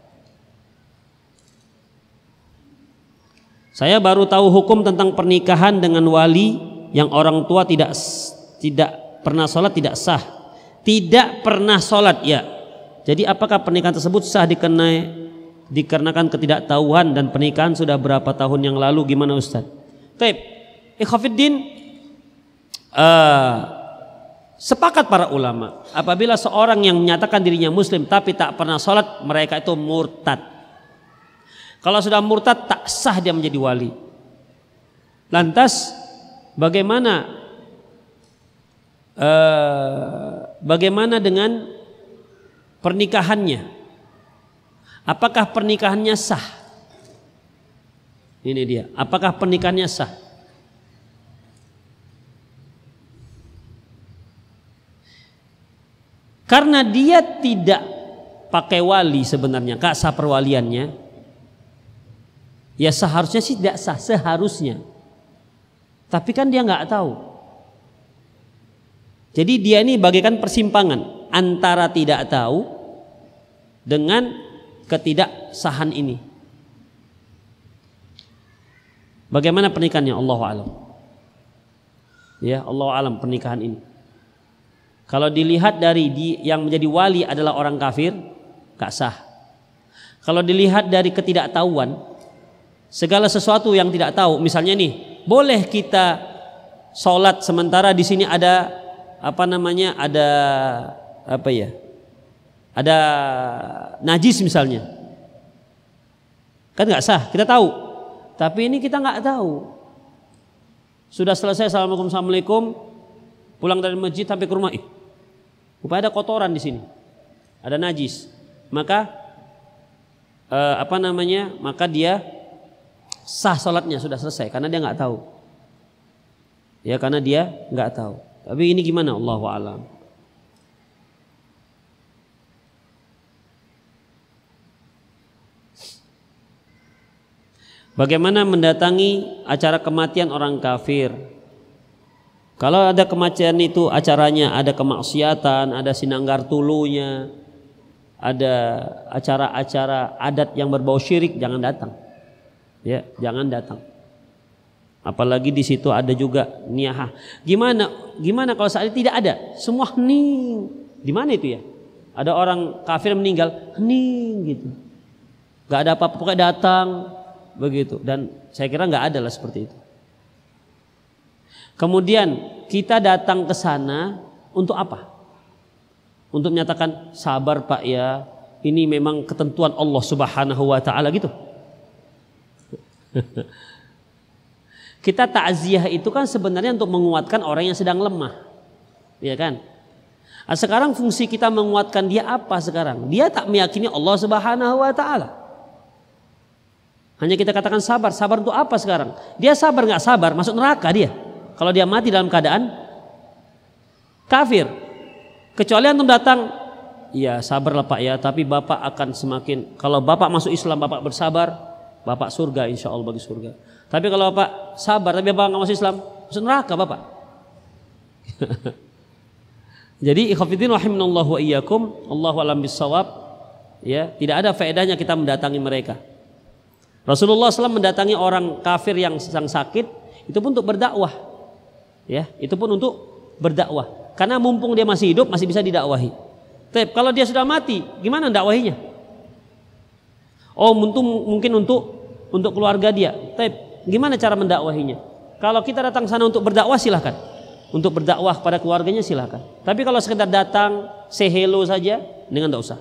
Saya baru tahu hukum tentang pernikahan dengan wali yang orang tua tidak pernah sholat tidak sah. Tidak pernah sholat, ya. Jadi apakah pernikahan tersebut sah dikarenakan ketidaktahuan, dan pernikahan sudah berapa tahun yang lalu? Gimana Ustaz? Baik, ikhwatiddin, sepakat para ulama, apabila seorang yang menyatakan dirinya muslim tapi tak pernah sholat, mereka itu murtad. Kalau sudah murtad, tak sah dia menjadi wali. Lantas bagaimana dengan pernikahannya? Apakah pernikahannya sah? Ini dia. Apakah pernikahannya sah? Karena dia tidak pakai wali sebenarnya, kak sah perwaliannya, ya seharusnya sih tidak sah, seharusnya. Tapi kan dia nggak tahu. Jadi dia ini bagaikan persimpangan antara tidak tahu dengan ketidaksahan ini. Bagaimana pernikahannya? Allahu a'lam. Ya, Allahu a'lam pernikahan ini. Kalau dilihat dari yang menjadi wali adalah orang kafir, gak sah. Kalau dilihat dari ketidaktahuan, segala sesuatu yang tidak tahu, misalnya nih, boleh kita sholat sementara di sini ada ada najis misalnya, kan gak sah. Kita tahu, tapi ini kita gak tahu. Sudah selesai assalamualaikum, pulang dari masjid sampai ke rumah, rupanya ada kotoran di sini, ada najis, maka maka dia sah sholatnya, sudah selesai karena dia nggak tahu. Ya, karena dia nggak tahu. Tapi ini gimana? Allahu a'lam. Bagaimana mendatangi acara kematian orang kafir? Kalau ada kematian itu acaranya ada kemaksiatan, ada sinanggar tulunya, ada acara-acara adat yang berbau syirik, jangan datang. Ya, jangan datang. Apalagi di situ ada juga niyahah. Gimana kalau saat itu tidak ada? Semua hening. Di mana itu ya? Ada orang kafir meninggal, hening gitu. Gak ada apa-apa, pokoknya datang begitu. Dan saya kira gak ada lah seperti itu. Kemudian kita datang ke sana untuk apa? Untuk menyatakan sabar Pak ya, ini memang ketentuan Allah Subhanahu wa taala gitu. Kita takziah itu kan sebenarnya untuk menguatkan orang yang sedang lemah. Ya kan? Nah, sekarang fungsi kita menguatkan dia apa sekarang? Dia tak meyakini Allah Subhanahu wa taala. Hanya kita katakan sabar. Sabar untuk apa sekarang? Dia sabar nggak sabar masuk neraka dia. Kalau dia mati dalam keadaan kafir. Kecuali antum datang, ya sabarlah Pak ya, tapi Bapak akan semakin, kalau Bapak masuk Islam, Bapak bersabar, Bapak surga, insya Allah bagi surga. Tapi kalau Bapak sabar tapi Bapak nggak masuk Islam, masuk neraka Bapak. Jadi ikhwatiddin rahimanallahu wa iyyakum, Allahu a'lam bissawab. Ya, tidak ada faedahnya kita mendatangi mereka. Rasulullah SAW mendatangi orang kafir yang sedang sakit, itu pun untuk berdakwah. Ya, itu pun untuk berdakwah. Karena mumpung dia masih hidup, masih bisa didakwahi. Tapi kalau dia sudah mati, gimana dakwahinya? Oh, mungkin untuk keluarga dia. Tapi gimana cara mendakwahinya? Kalau kita datang sana untuk berdakwah silahkan. Untuk berdakwah kepada keluarganya silahkan. Tapi kalau sekedar datang, say hello saja, dengan tidak usah.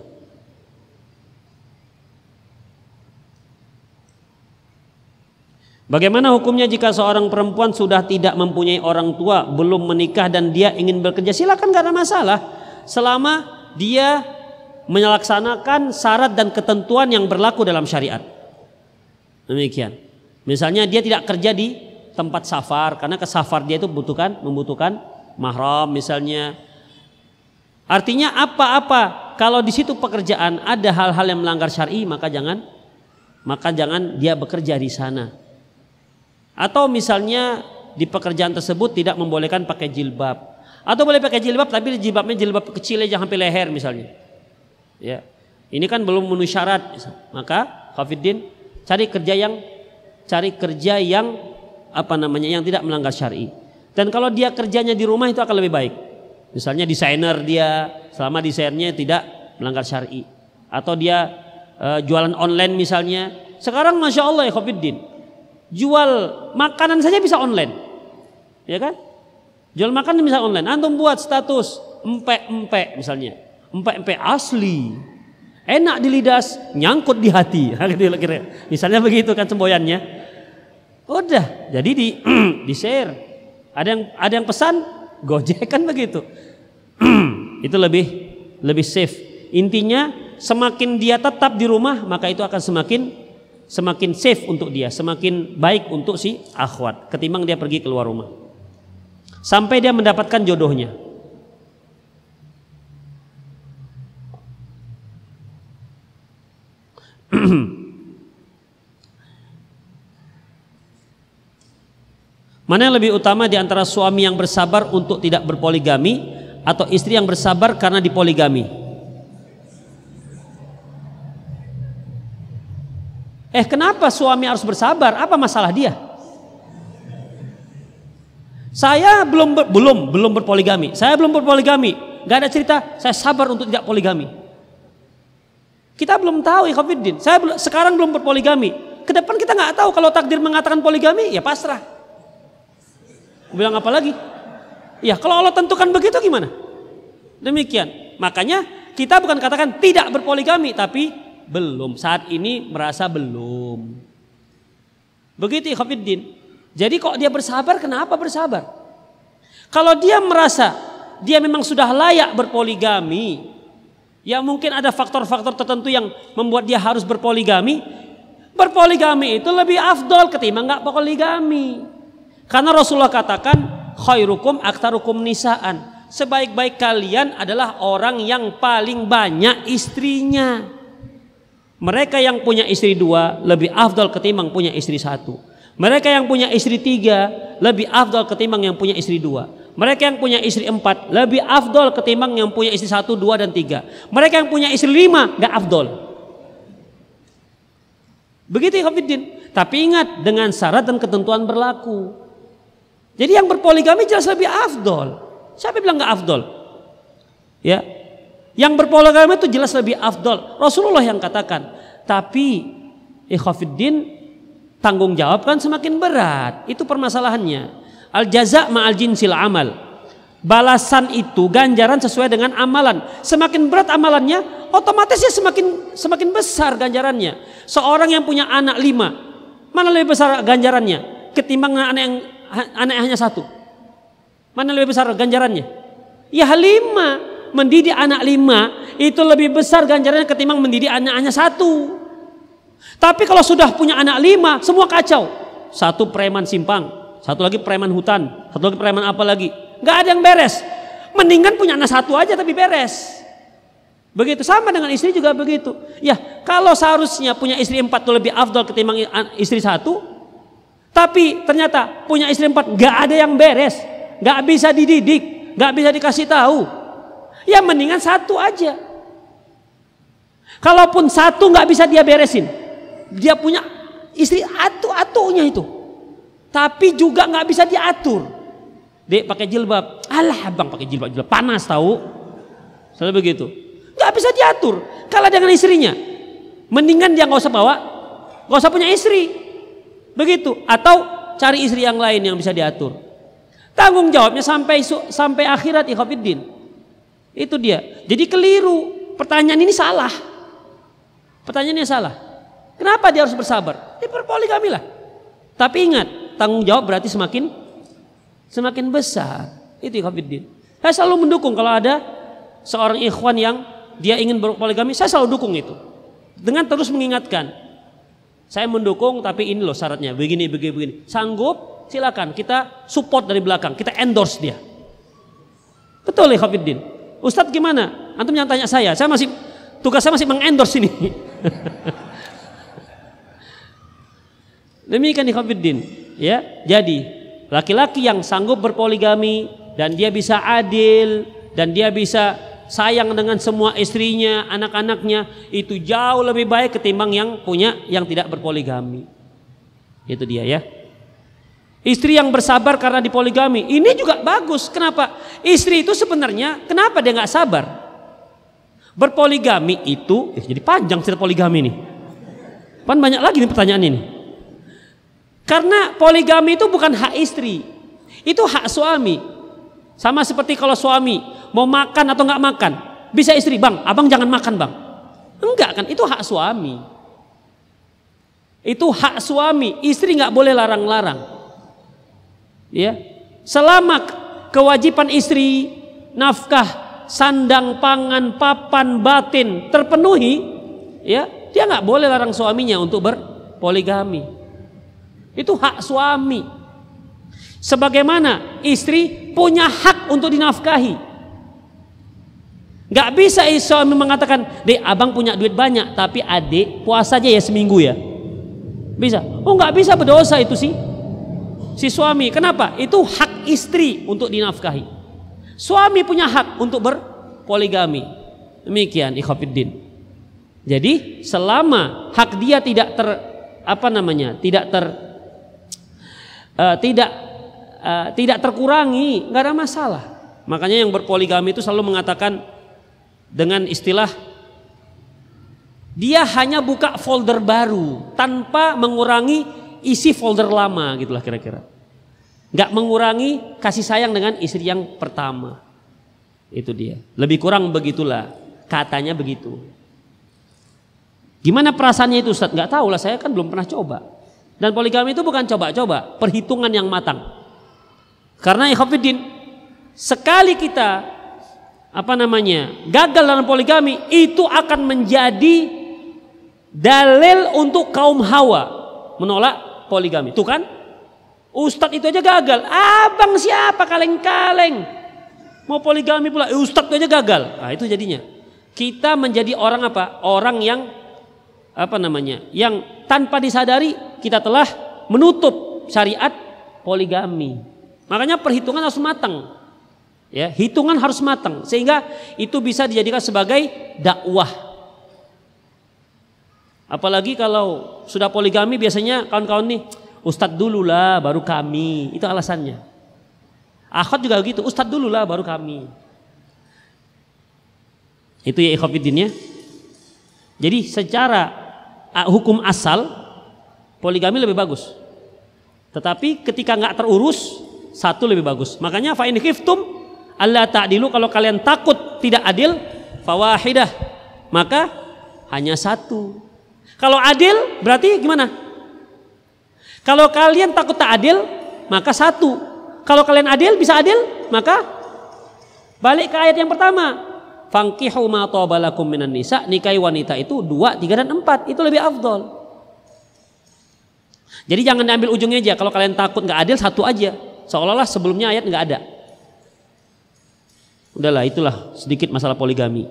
Bagaimana hukumnya jika seorang perempuan sudah tidak mempunyai orang tua, belum menikah dan dia ingin bekerja? Silakan, gak ada masalah. Selama dia melaksanakan syarat dan ketentuan yang berlaku dalam syariat. Demikian. Misalnya dia tidak kerja di tempat safar, karena ke safar dia itu membutuhkan mahram misalnya. Artinya apa-apa kalau di situ pekerjaan ada hal-hal yang melanggar syar'i, maka jangan dia bekerja di sana. Atau misalnya di pekerjaan tersebut tidak membolehkan pakai jilbab, atau boleh pakai jilbab tapi jilbabnya jilbab kecil aja sampai leher misalnya. Ya, ini kan belum memenuhi syarat. Maka Khafiddin cari kerja yang yang tidak melanggar syar'i. Dan kalau dia kerjanya di rumah itu akan lebih baik. Misalnya desainer dia, selama desainnya tidak melanggar syar'i. Atau dia jualan online misalnya. Sekarang masya Allah ya Khafiddin, jual makanan saja bisa online, ya kan? Jual makanan bisa online. Antum buat status empek-empek misalnya, empek-empek asli, enak di lidah, nyangkut di hati. Misalnya begitu kan semboyannya. Udah, jadi di share. Ada yang pesan Gojek kan begitu. Itu lebih safe. Intinya semakin dia tetap di rumah, maka itu akan semakin safe untuk dia, semakin baik untuk si akhwat ketimbang dia pergi keluar rumah sampai dia mendapatkan jodohnya. Mana yang lebih utama di antara suami yang bersabar untuk tidak berpoligami atau istri yang bersabar karena dipoligami? Kenapa suami harus bersabar? Apa masalah dia? Saya belum berpoligami. Saya belum berpoligami. Gak ada cerita saya sabar untuk tidak poligami. Kita belum tahu ikhwatiddin. Saya sekarang belum berpoligami. Kedepan kita nggak tahu, kalau takdir mengatakan poligami ya pasrah. Bilang apa lagi? Ya kalau Allah tentukan begitu gimana? Demikian. Makanya kita bukan katakan tidak berpoligami, tapi belum, saat ini merasa belum. Begitu ikhwatiddin. Jadi kok dia bersabar, kenapa bersabar? Kalau dia merasa dia memang sudah layak berpoligami, ya mungkin ada faktor-faktor tertentu yang membuat dia harus berpoligami. Berpoligami itu lebih afdol ketimbang nggak poligami. Karena Rasulullah katakan khairukum aktsarukum nisaan. Sebaik-baik kalian adalah orang yang paling banyak istrinya. Mereka yang punya istri 2 lebih afdal ketimbang punya istri 1. Mereka yang punya istri 3 lebih afdal ketimbang yang punya istri 2. Mereka yang punya istri 4 lebih afdal ketimbang yang punya istri 1, 2 dan 3. Mereka yang punya istri 5 gak afdal. Begitu ya Khafidin. Tapi ingat dengan syarat dan ketentuan berlaku. Jadi yang berpoligami jelas lebih afdal. Siapa bilang gak afdal? Ya, yang berpoligami itu jelas lebih afdal. Rasulullah yang katakan. Tapi Khafidin, tanggung jawab kan semakin berat. Itu permasalahannya. Al jaza ma'al jinsil amal. Balasan itu ganjaran sesuai dengan amalan. Semakin berat amalannya, otomatis ya semakin besar ganjarannya. Seorang yang punya anak 5, mana lebih besar ganjarannya ketimbang anak hanya 1? Mana lebih besar ganjarannya? Ya 5. Mendidik anak 5 itu lebih besar ganjarannya ketimbang mendidik anak hanya 1. Tapi kalau sudah punya anak 5, semua kacau. 1 preman simpang, 1 lagi preman hutan, 1 lagi preman apa lagi. Gak ada yang beres. Mendingan punya anak 1 aja tapi beres. Begitu sama dengan istri juga begitu. Ya kalau seharusnya punya istri 4 itu lebih afdal ketimbang istri 1. Tapi ternyata punya istri 4 gak ada yang beres. Gak bisa dididik, gak bisa dikasih tahu. Ya mendingan 1 aja. Kalaupun 1 gak bisa dia beresin, dia punya istri atu-atunya itu. Tapi juga gak bisa diatur. Dek pakai jilbab, alah bang pakai jilbab panas tahu. Selalu begitu. Gak bisa diatur. Kalau dengan istrinya, mendingan dia gak usah bawa, gak usah punya istri. Begitu. Atau cari istri yang lain yang bisa diatur. Tanggung jawabnya sampai akhirat Khafidin. Itu dia. Jadi keliru. Pertanyaan ini salah. Pertanyaannya salah. Kenapa dia harus bersabar? Dia berpoligami lah. Tapi ingat, tanggung jawab berarti semakin besar. Itu Khafidin. Saya selalu mendukung kalau ada seorang ikhwan yang dia ingin berpoligami, saya selalu dukung itu. Dengan terus mengingatkan. Saya mendukung tapi ini loh syaratnya, begini. Sanggup? Silakan kita support dari belakang, kita endorse dia. Betul ya Khafidin. Ustadz gimana? Antum yang tanya saya tugas saya masih mengendorse ini. Demikian di Khafidin. Ya, jadi laki-laki yang sanggup berpoligami dan dia bisa adil dan dia bisa sayang dengan semua istrinya, anak-anaknya, itu jauh lebih baik ketimbang yang tidak berpoligami. Itu dia ya. Istri yang bersabar karena dipoligami, ini juga bagus. Kenapa? Istri itu sebenarnya kenapa dia nggak sabar? Berpoligami itu, jadi panjang cerita poligami nih. Pan banyak lagi nih pertanyaan ini. Karena poligami itu bukan hak istri, itu hak suami. Sama seperti kalau suami mau makan atau nggak makan, bisa istri, bang, abang jangan makan bang. Enggak kan, itu hak suami. Itu hak suami, istri nggak boleh larang-larang. Ya, selama kewajiban istri, nafkah, sandang, pangan, papan, batin terpenuhi, ya, dia nggak boleh larang suaminya untuk berpoligami. Itu hak suami. Sebagaimana istri punya hak untuk dinafkahi. Gak bisa suami mengatakan, dek abang punya duit banyak tapi adik puasa aja ya seminggu ya. Bisa? Oh gak bisa, berdosa itu si suami. Kenapa? Itu hak istri untuk dinafkahi. Suami punya hak untuk berpoligami. Demikian Khafidin. Jadi selama hak dia tidak tidak terkurangi, nggak ada masalah. Makanya yang berpoligami itu selalu mengatakan dengan istilah dia hanya buka folder baru tanpa mengurangi isi folder lama, gitulah kira-kira. Nggak mengurangi kasih sayang dengan istri yang pertama. Itu dia. Lebih kurang begitulah, katanya begitu. Gimana perasaannya itu Ustaz? Nggak tahu lah, saya kan belum pernah coba. Dan poligami itu bukan coba-coba, perhitungan yang matang. Karena Khafidin, sekali kita gagal dalam poligami, itu akan menjadi dalil untuk kaum Hawa menolak poligami. Tuh kan, Ustadz itu aja gagal. Abang siapa kaleng-kaleng mau poligami pula? Ustadz itu aja gagal. Nah itu jadinya kita menjadi orang apa? Orang yang yang tanpa disadari kita telah menutup syariat poligami. Makanya perhitungan harus matang. Ya, hitungan harus matang sehingga itu bisa dijadikan sebagai dakwah. Apalagi kalau sudah poligami biasanya kawan-kawan nih, ustadz dulu lah baru kami. Itu alasannya. Akhwat juga gitu, ustadz dulu lah baru kami. Itu ya ikhwatiddin ya. Jadi secara hukum asal poligami lebih bagus. Tetapi ketika nggak terurus, satu lebih bagus. Makanya fa in khiftum alla ta'dilu, kalau kalian takut tidak adil, fawahidah, maka hanya satu. Kalau adil berarti gimana? Kalau kalian takut tak adil, maka satu. Kalau kalian adil, bisa adil, maka balik ke ayat yang pertama. Fankihu ma thabalakum minan nisa, nikahi wanita itu 2, 3 dan 4, itu lebih afdol. Jadi jangan diambil ujungnya aja. Kalau kalian takut nggak adil, satu aja. Seolah-olah sebelumnya ayat nggak ada. Udahlah, itulah sedikit masalah poligami.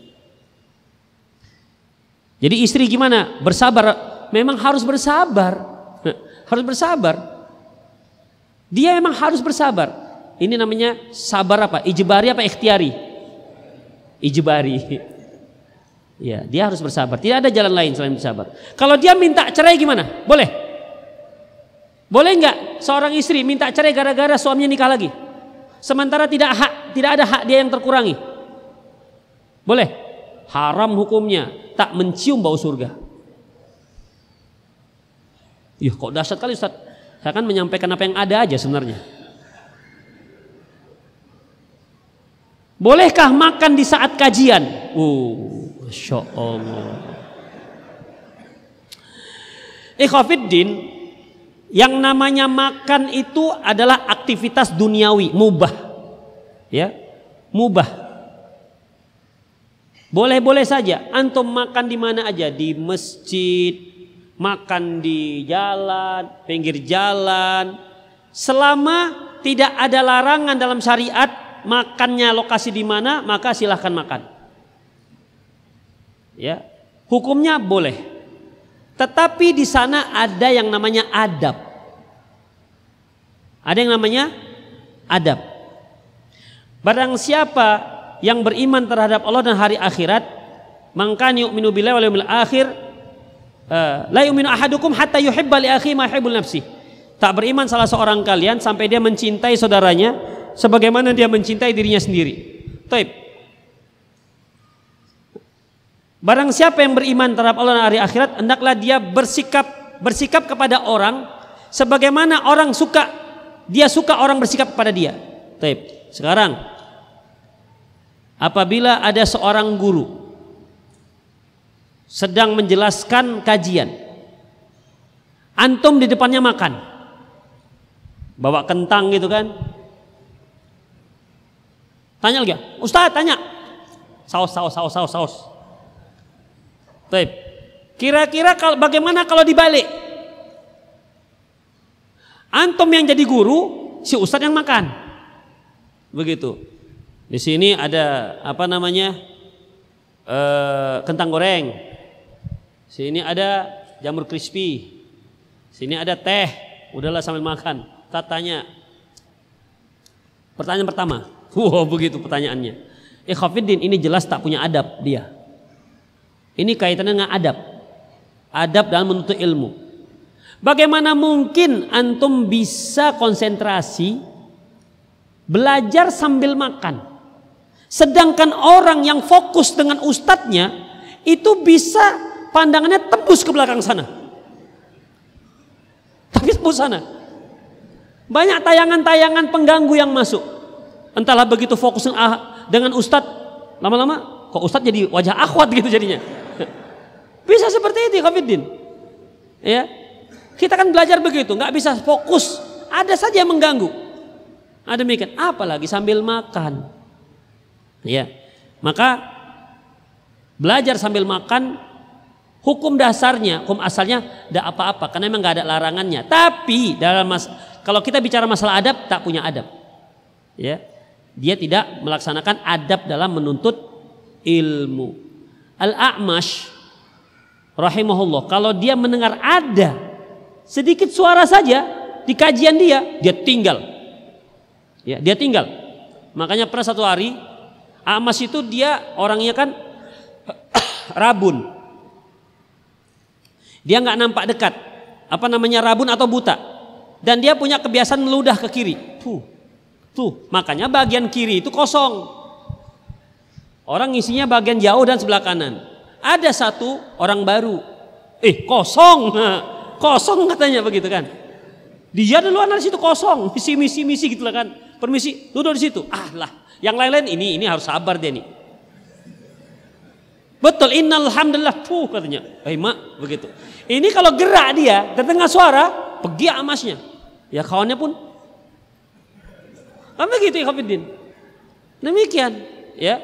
Jadi istri gimana? Bersabar. Memang harus bersabar. Harus bersabar. Dia memang harus bersabar. Ini namanya sabar apa? Ijbari apa ikhtiari? Ijbari. Ya, dia harus bersabar. Tidak ada jalan lain selain bersabar. Kalau dia minta cerai gimana? Boleh? Boleh nggak seorang istri minta cerai gara-gara suaminya nikah lagi? Sementara tidak ada hak dia yang terkurangi. Boleh? Haram hukumnya, tak mencium bau surga. Ih, kok dahsyat kali Ustaz. Saya kan menyampaikan apa yang ada aja sebenarnya. Bolehkah makan di saat kajian? Masya Allah. Ikhwatiddin, yang namanya makan itu adalah aktivitas duniawi, mubah. Ya, mubah. Boleh-boleh saja. Antum makan di mana aja, di masjid, makan di jalan, pinggir jalan. Selama tidak ada larangan dalam syariat, makannya lokasi di mana, maka silahkan makan. Ya, hukumnya boleh. Tetapi di sana ada yang namanya adab. Ada yang namanya adab. Barang siapa yang beriman terhadap Allah dan hari akhirat, maka yu'minu billahi wal yawmil akhir, la yu'minu ahadukum hatta yuhibba li akhihi ma yuhibbu li nafsihi. Tak beriman salah seorang kalian sampai dia mencintai saudaranya sebagaimana dia mencintai dirinya sendiri. Taib. Barang siapa yang beriman terhadap Allah dan hari akhirat, hendaklah dia bersikap kepada orang sebagaimana orang dia suka orang bersikap kepada dia. Taib. Sekarang apabila ada seorang guru sedang menjelaskan kajian, antum di depannya makan, bawa kentang gitu kan, tanya lagi, Ustaz tanya, saus. Baik. Kira-kira bagaimana kalau dibalik? Antum yang jadi guru, si Ustaz yang makan. Begitu. Di sini ada kentang goreng. Sini ada jamur crispy. Sini ada teh. Udahlah sambil makan. Tanya. Pertanyaan pertama. Begitu pertanyaannya. Ikhwatiddin, ini jelas tak punya adab dia. Ini kaitannya dengan adab. Adab dalam menuntut ilmu. Bagaimana mungkin antum bisa konsentrasi belajar sambil makan? Sedangkan orang yang fokus dengan ustadznya itu bisa pandangannya tembus ke belakang sana. Tapi tembus sana. Banyak tayangan-tayangan pengganggu yang masuk. Entahlah begitu fokus dengan ustadz, lama-lama kok ustadz jadi wajah akhwat gitu jadinya. Bisa seperti itu, Ikhwatiddin. Ya, kita kan belajar begitu, nggak bisa fokus, ada saja yang mengganggu. Ada demikian, apalagi sambil makan. Ya, maka belajar sambil makan, hukum dasarnya, hukum asalnya tidak apa-apa, karena memang nggak ada larangannya. Tapi kalau kita bicara masalah adab, tak punya adab. Ya, dia tidak melaksanakan adab dalam menuntut ilmu. Al-A'mash rahimahullah, kalau dia mendengar ada sedikit suara saja di kajian dia tinggal. Ya, dia tinggal. Makanya pernah satu hari Amas itu dia orangnya kan rabun. Dia nggak nampak dekat. Apa namanya, rabun atau buta. Dan dia punya kebiasaan meludah ke kiri. Tuh, makanya bagian kiri itu kosong. Orang isinya bagian jauh dan sebelah kanan. Ada satu orang baru. Kosong. Kosong katanya begitu kan. Dia duluan dari situ kosong. Misi gitu lah kan. Permisi, duduk di situ. Yang lain-lain ini harus sabar dia nih. Betul, innalhamdulillah katanya. Mak, begitu. Ini kalau gerak dia, terdengar suara, pergi Amasnya. Ya kawannya pun. Kan begitu ya Khafiddin. Demikian, ya.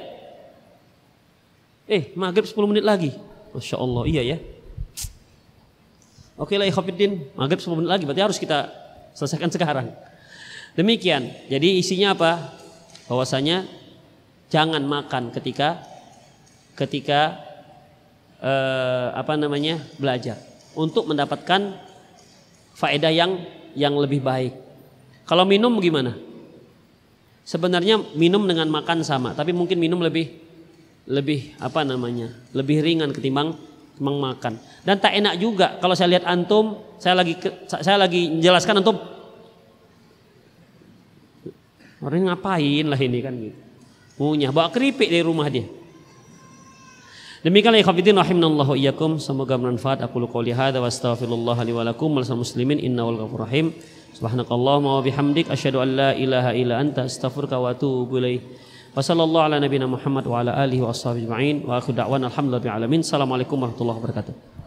Maghrib 10 menit lagi. Masya Allah, iya ya. Oke lah ya Khafiddin, maghrib 10 menit lagi, berarti harus kita selesaikan sekarang. Demikian, jadi isinya apa? Bahwasanya jangan makan ketika belajar, untuk mendapatkan faedah yang lebih baik. Kalau minum gimana? Sebenarnya minum dengan makan sama, tapi mungkin minum lebih ringan ketimbang makan. Dan tak enak juga kalau saya lihat antum, saya lagi menjelaskan antum, orang ngapain lah ini kan gitu. Ngunyah, bawa keripik dari rumah dia. Demikianlah ikhwatiddin rahimanallahu iyyakum, semoga bermanfaat. Aku qouli hadza wa astaghfirullah li wa lakum wal muslimin innahu ghafurur rahim. Subhanakallahumma wa bihamdik asyhadu an la ilaha illa anta astaghfiruka wa atubu ilaik. Wa sallallahu ala nabiyyina Muhammad wa ala alihi wa ashabihi ajma'in wa akhiru da'wana alhamdulillahi rabbil alamin. Assalamualaikum warahmatullahi wabarakatuh.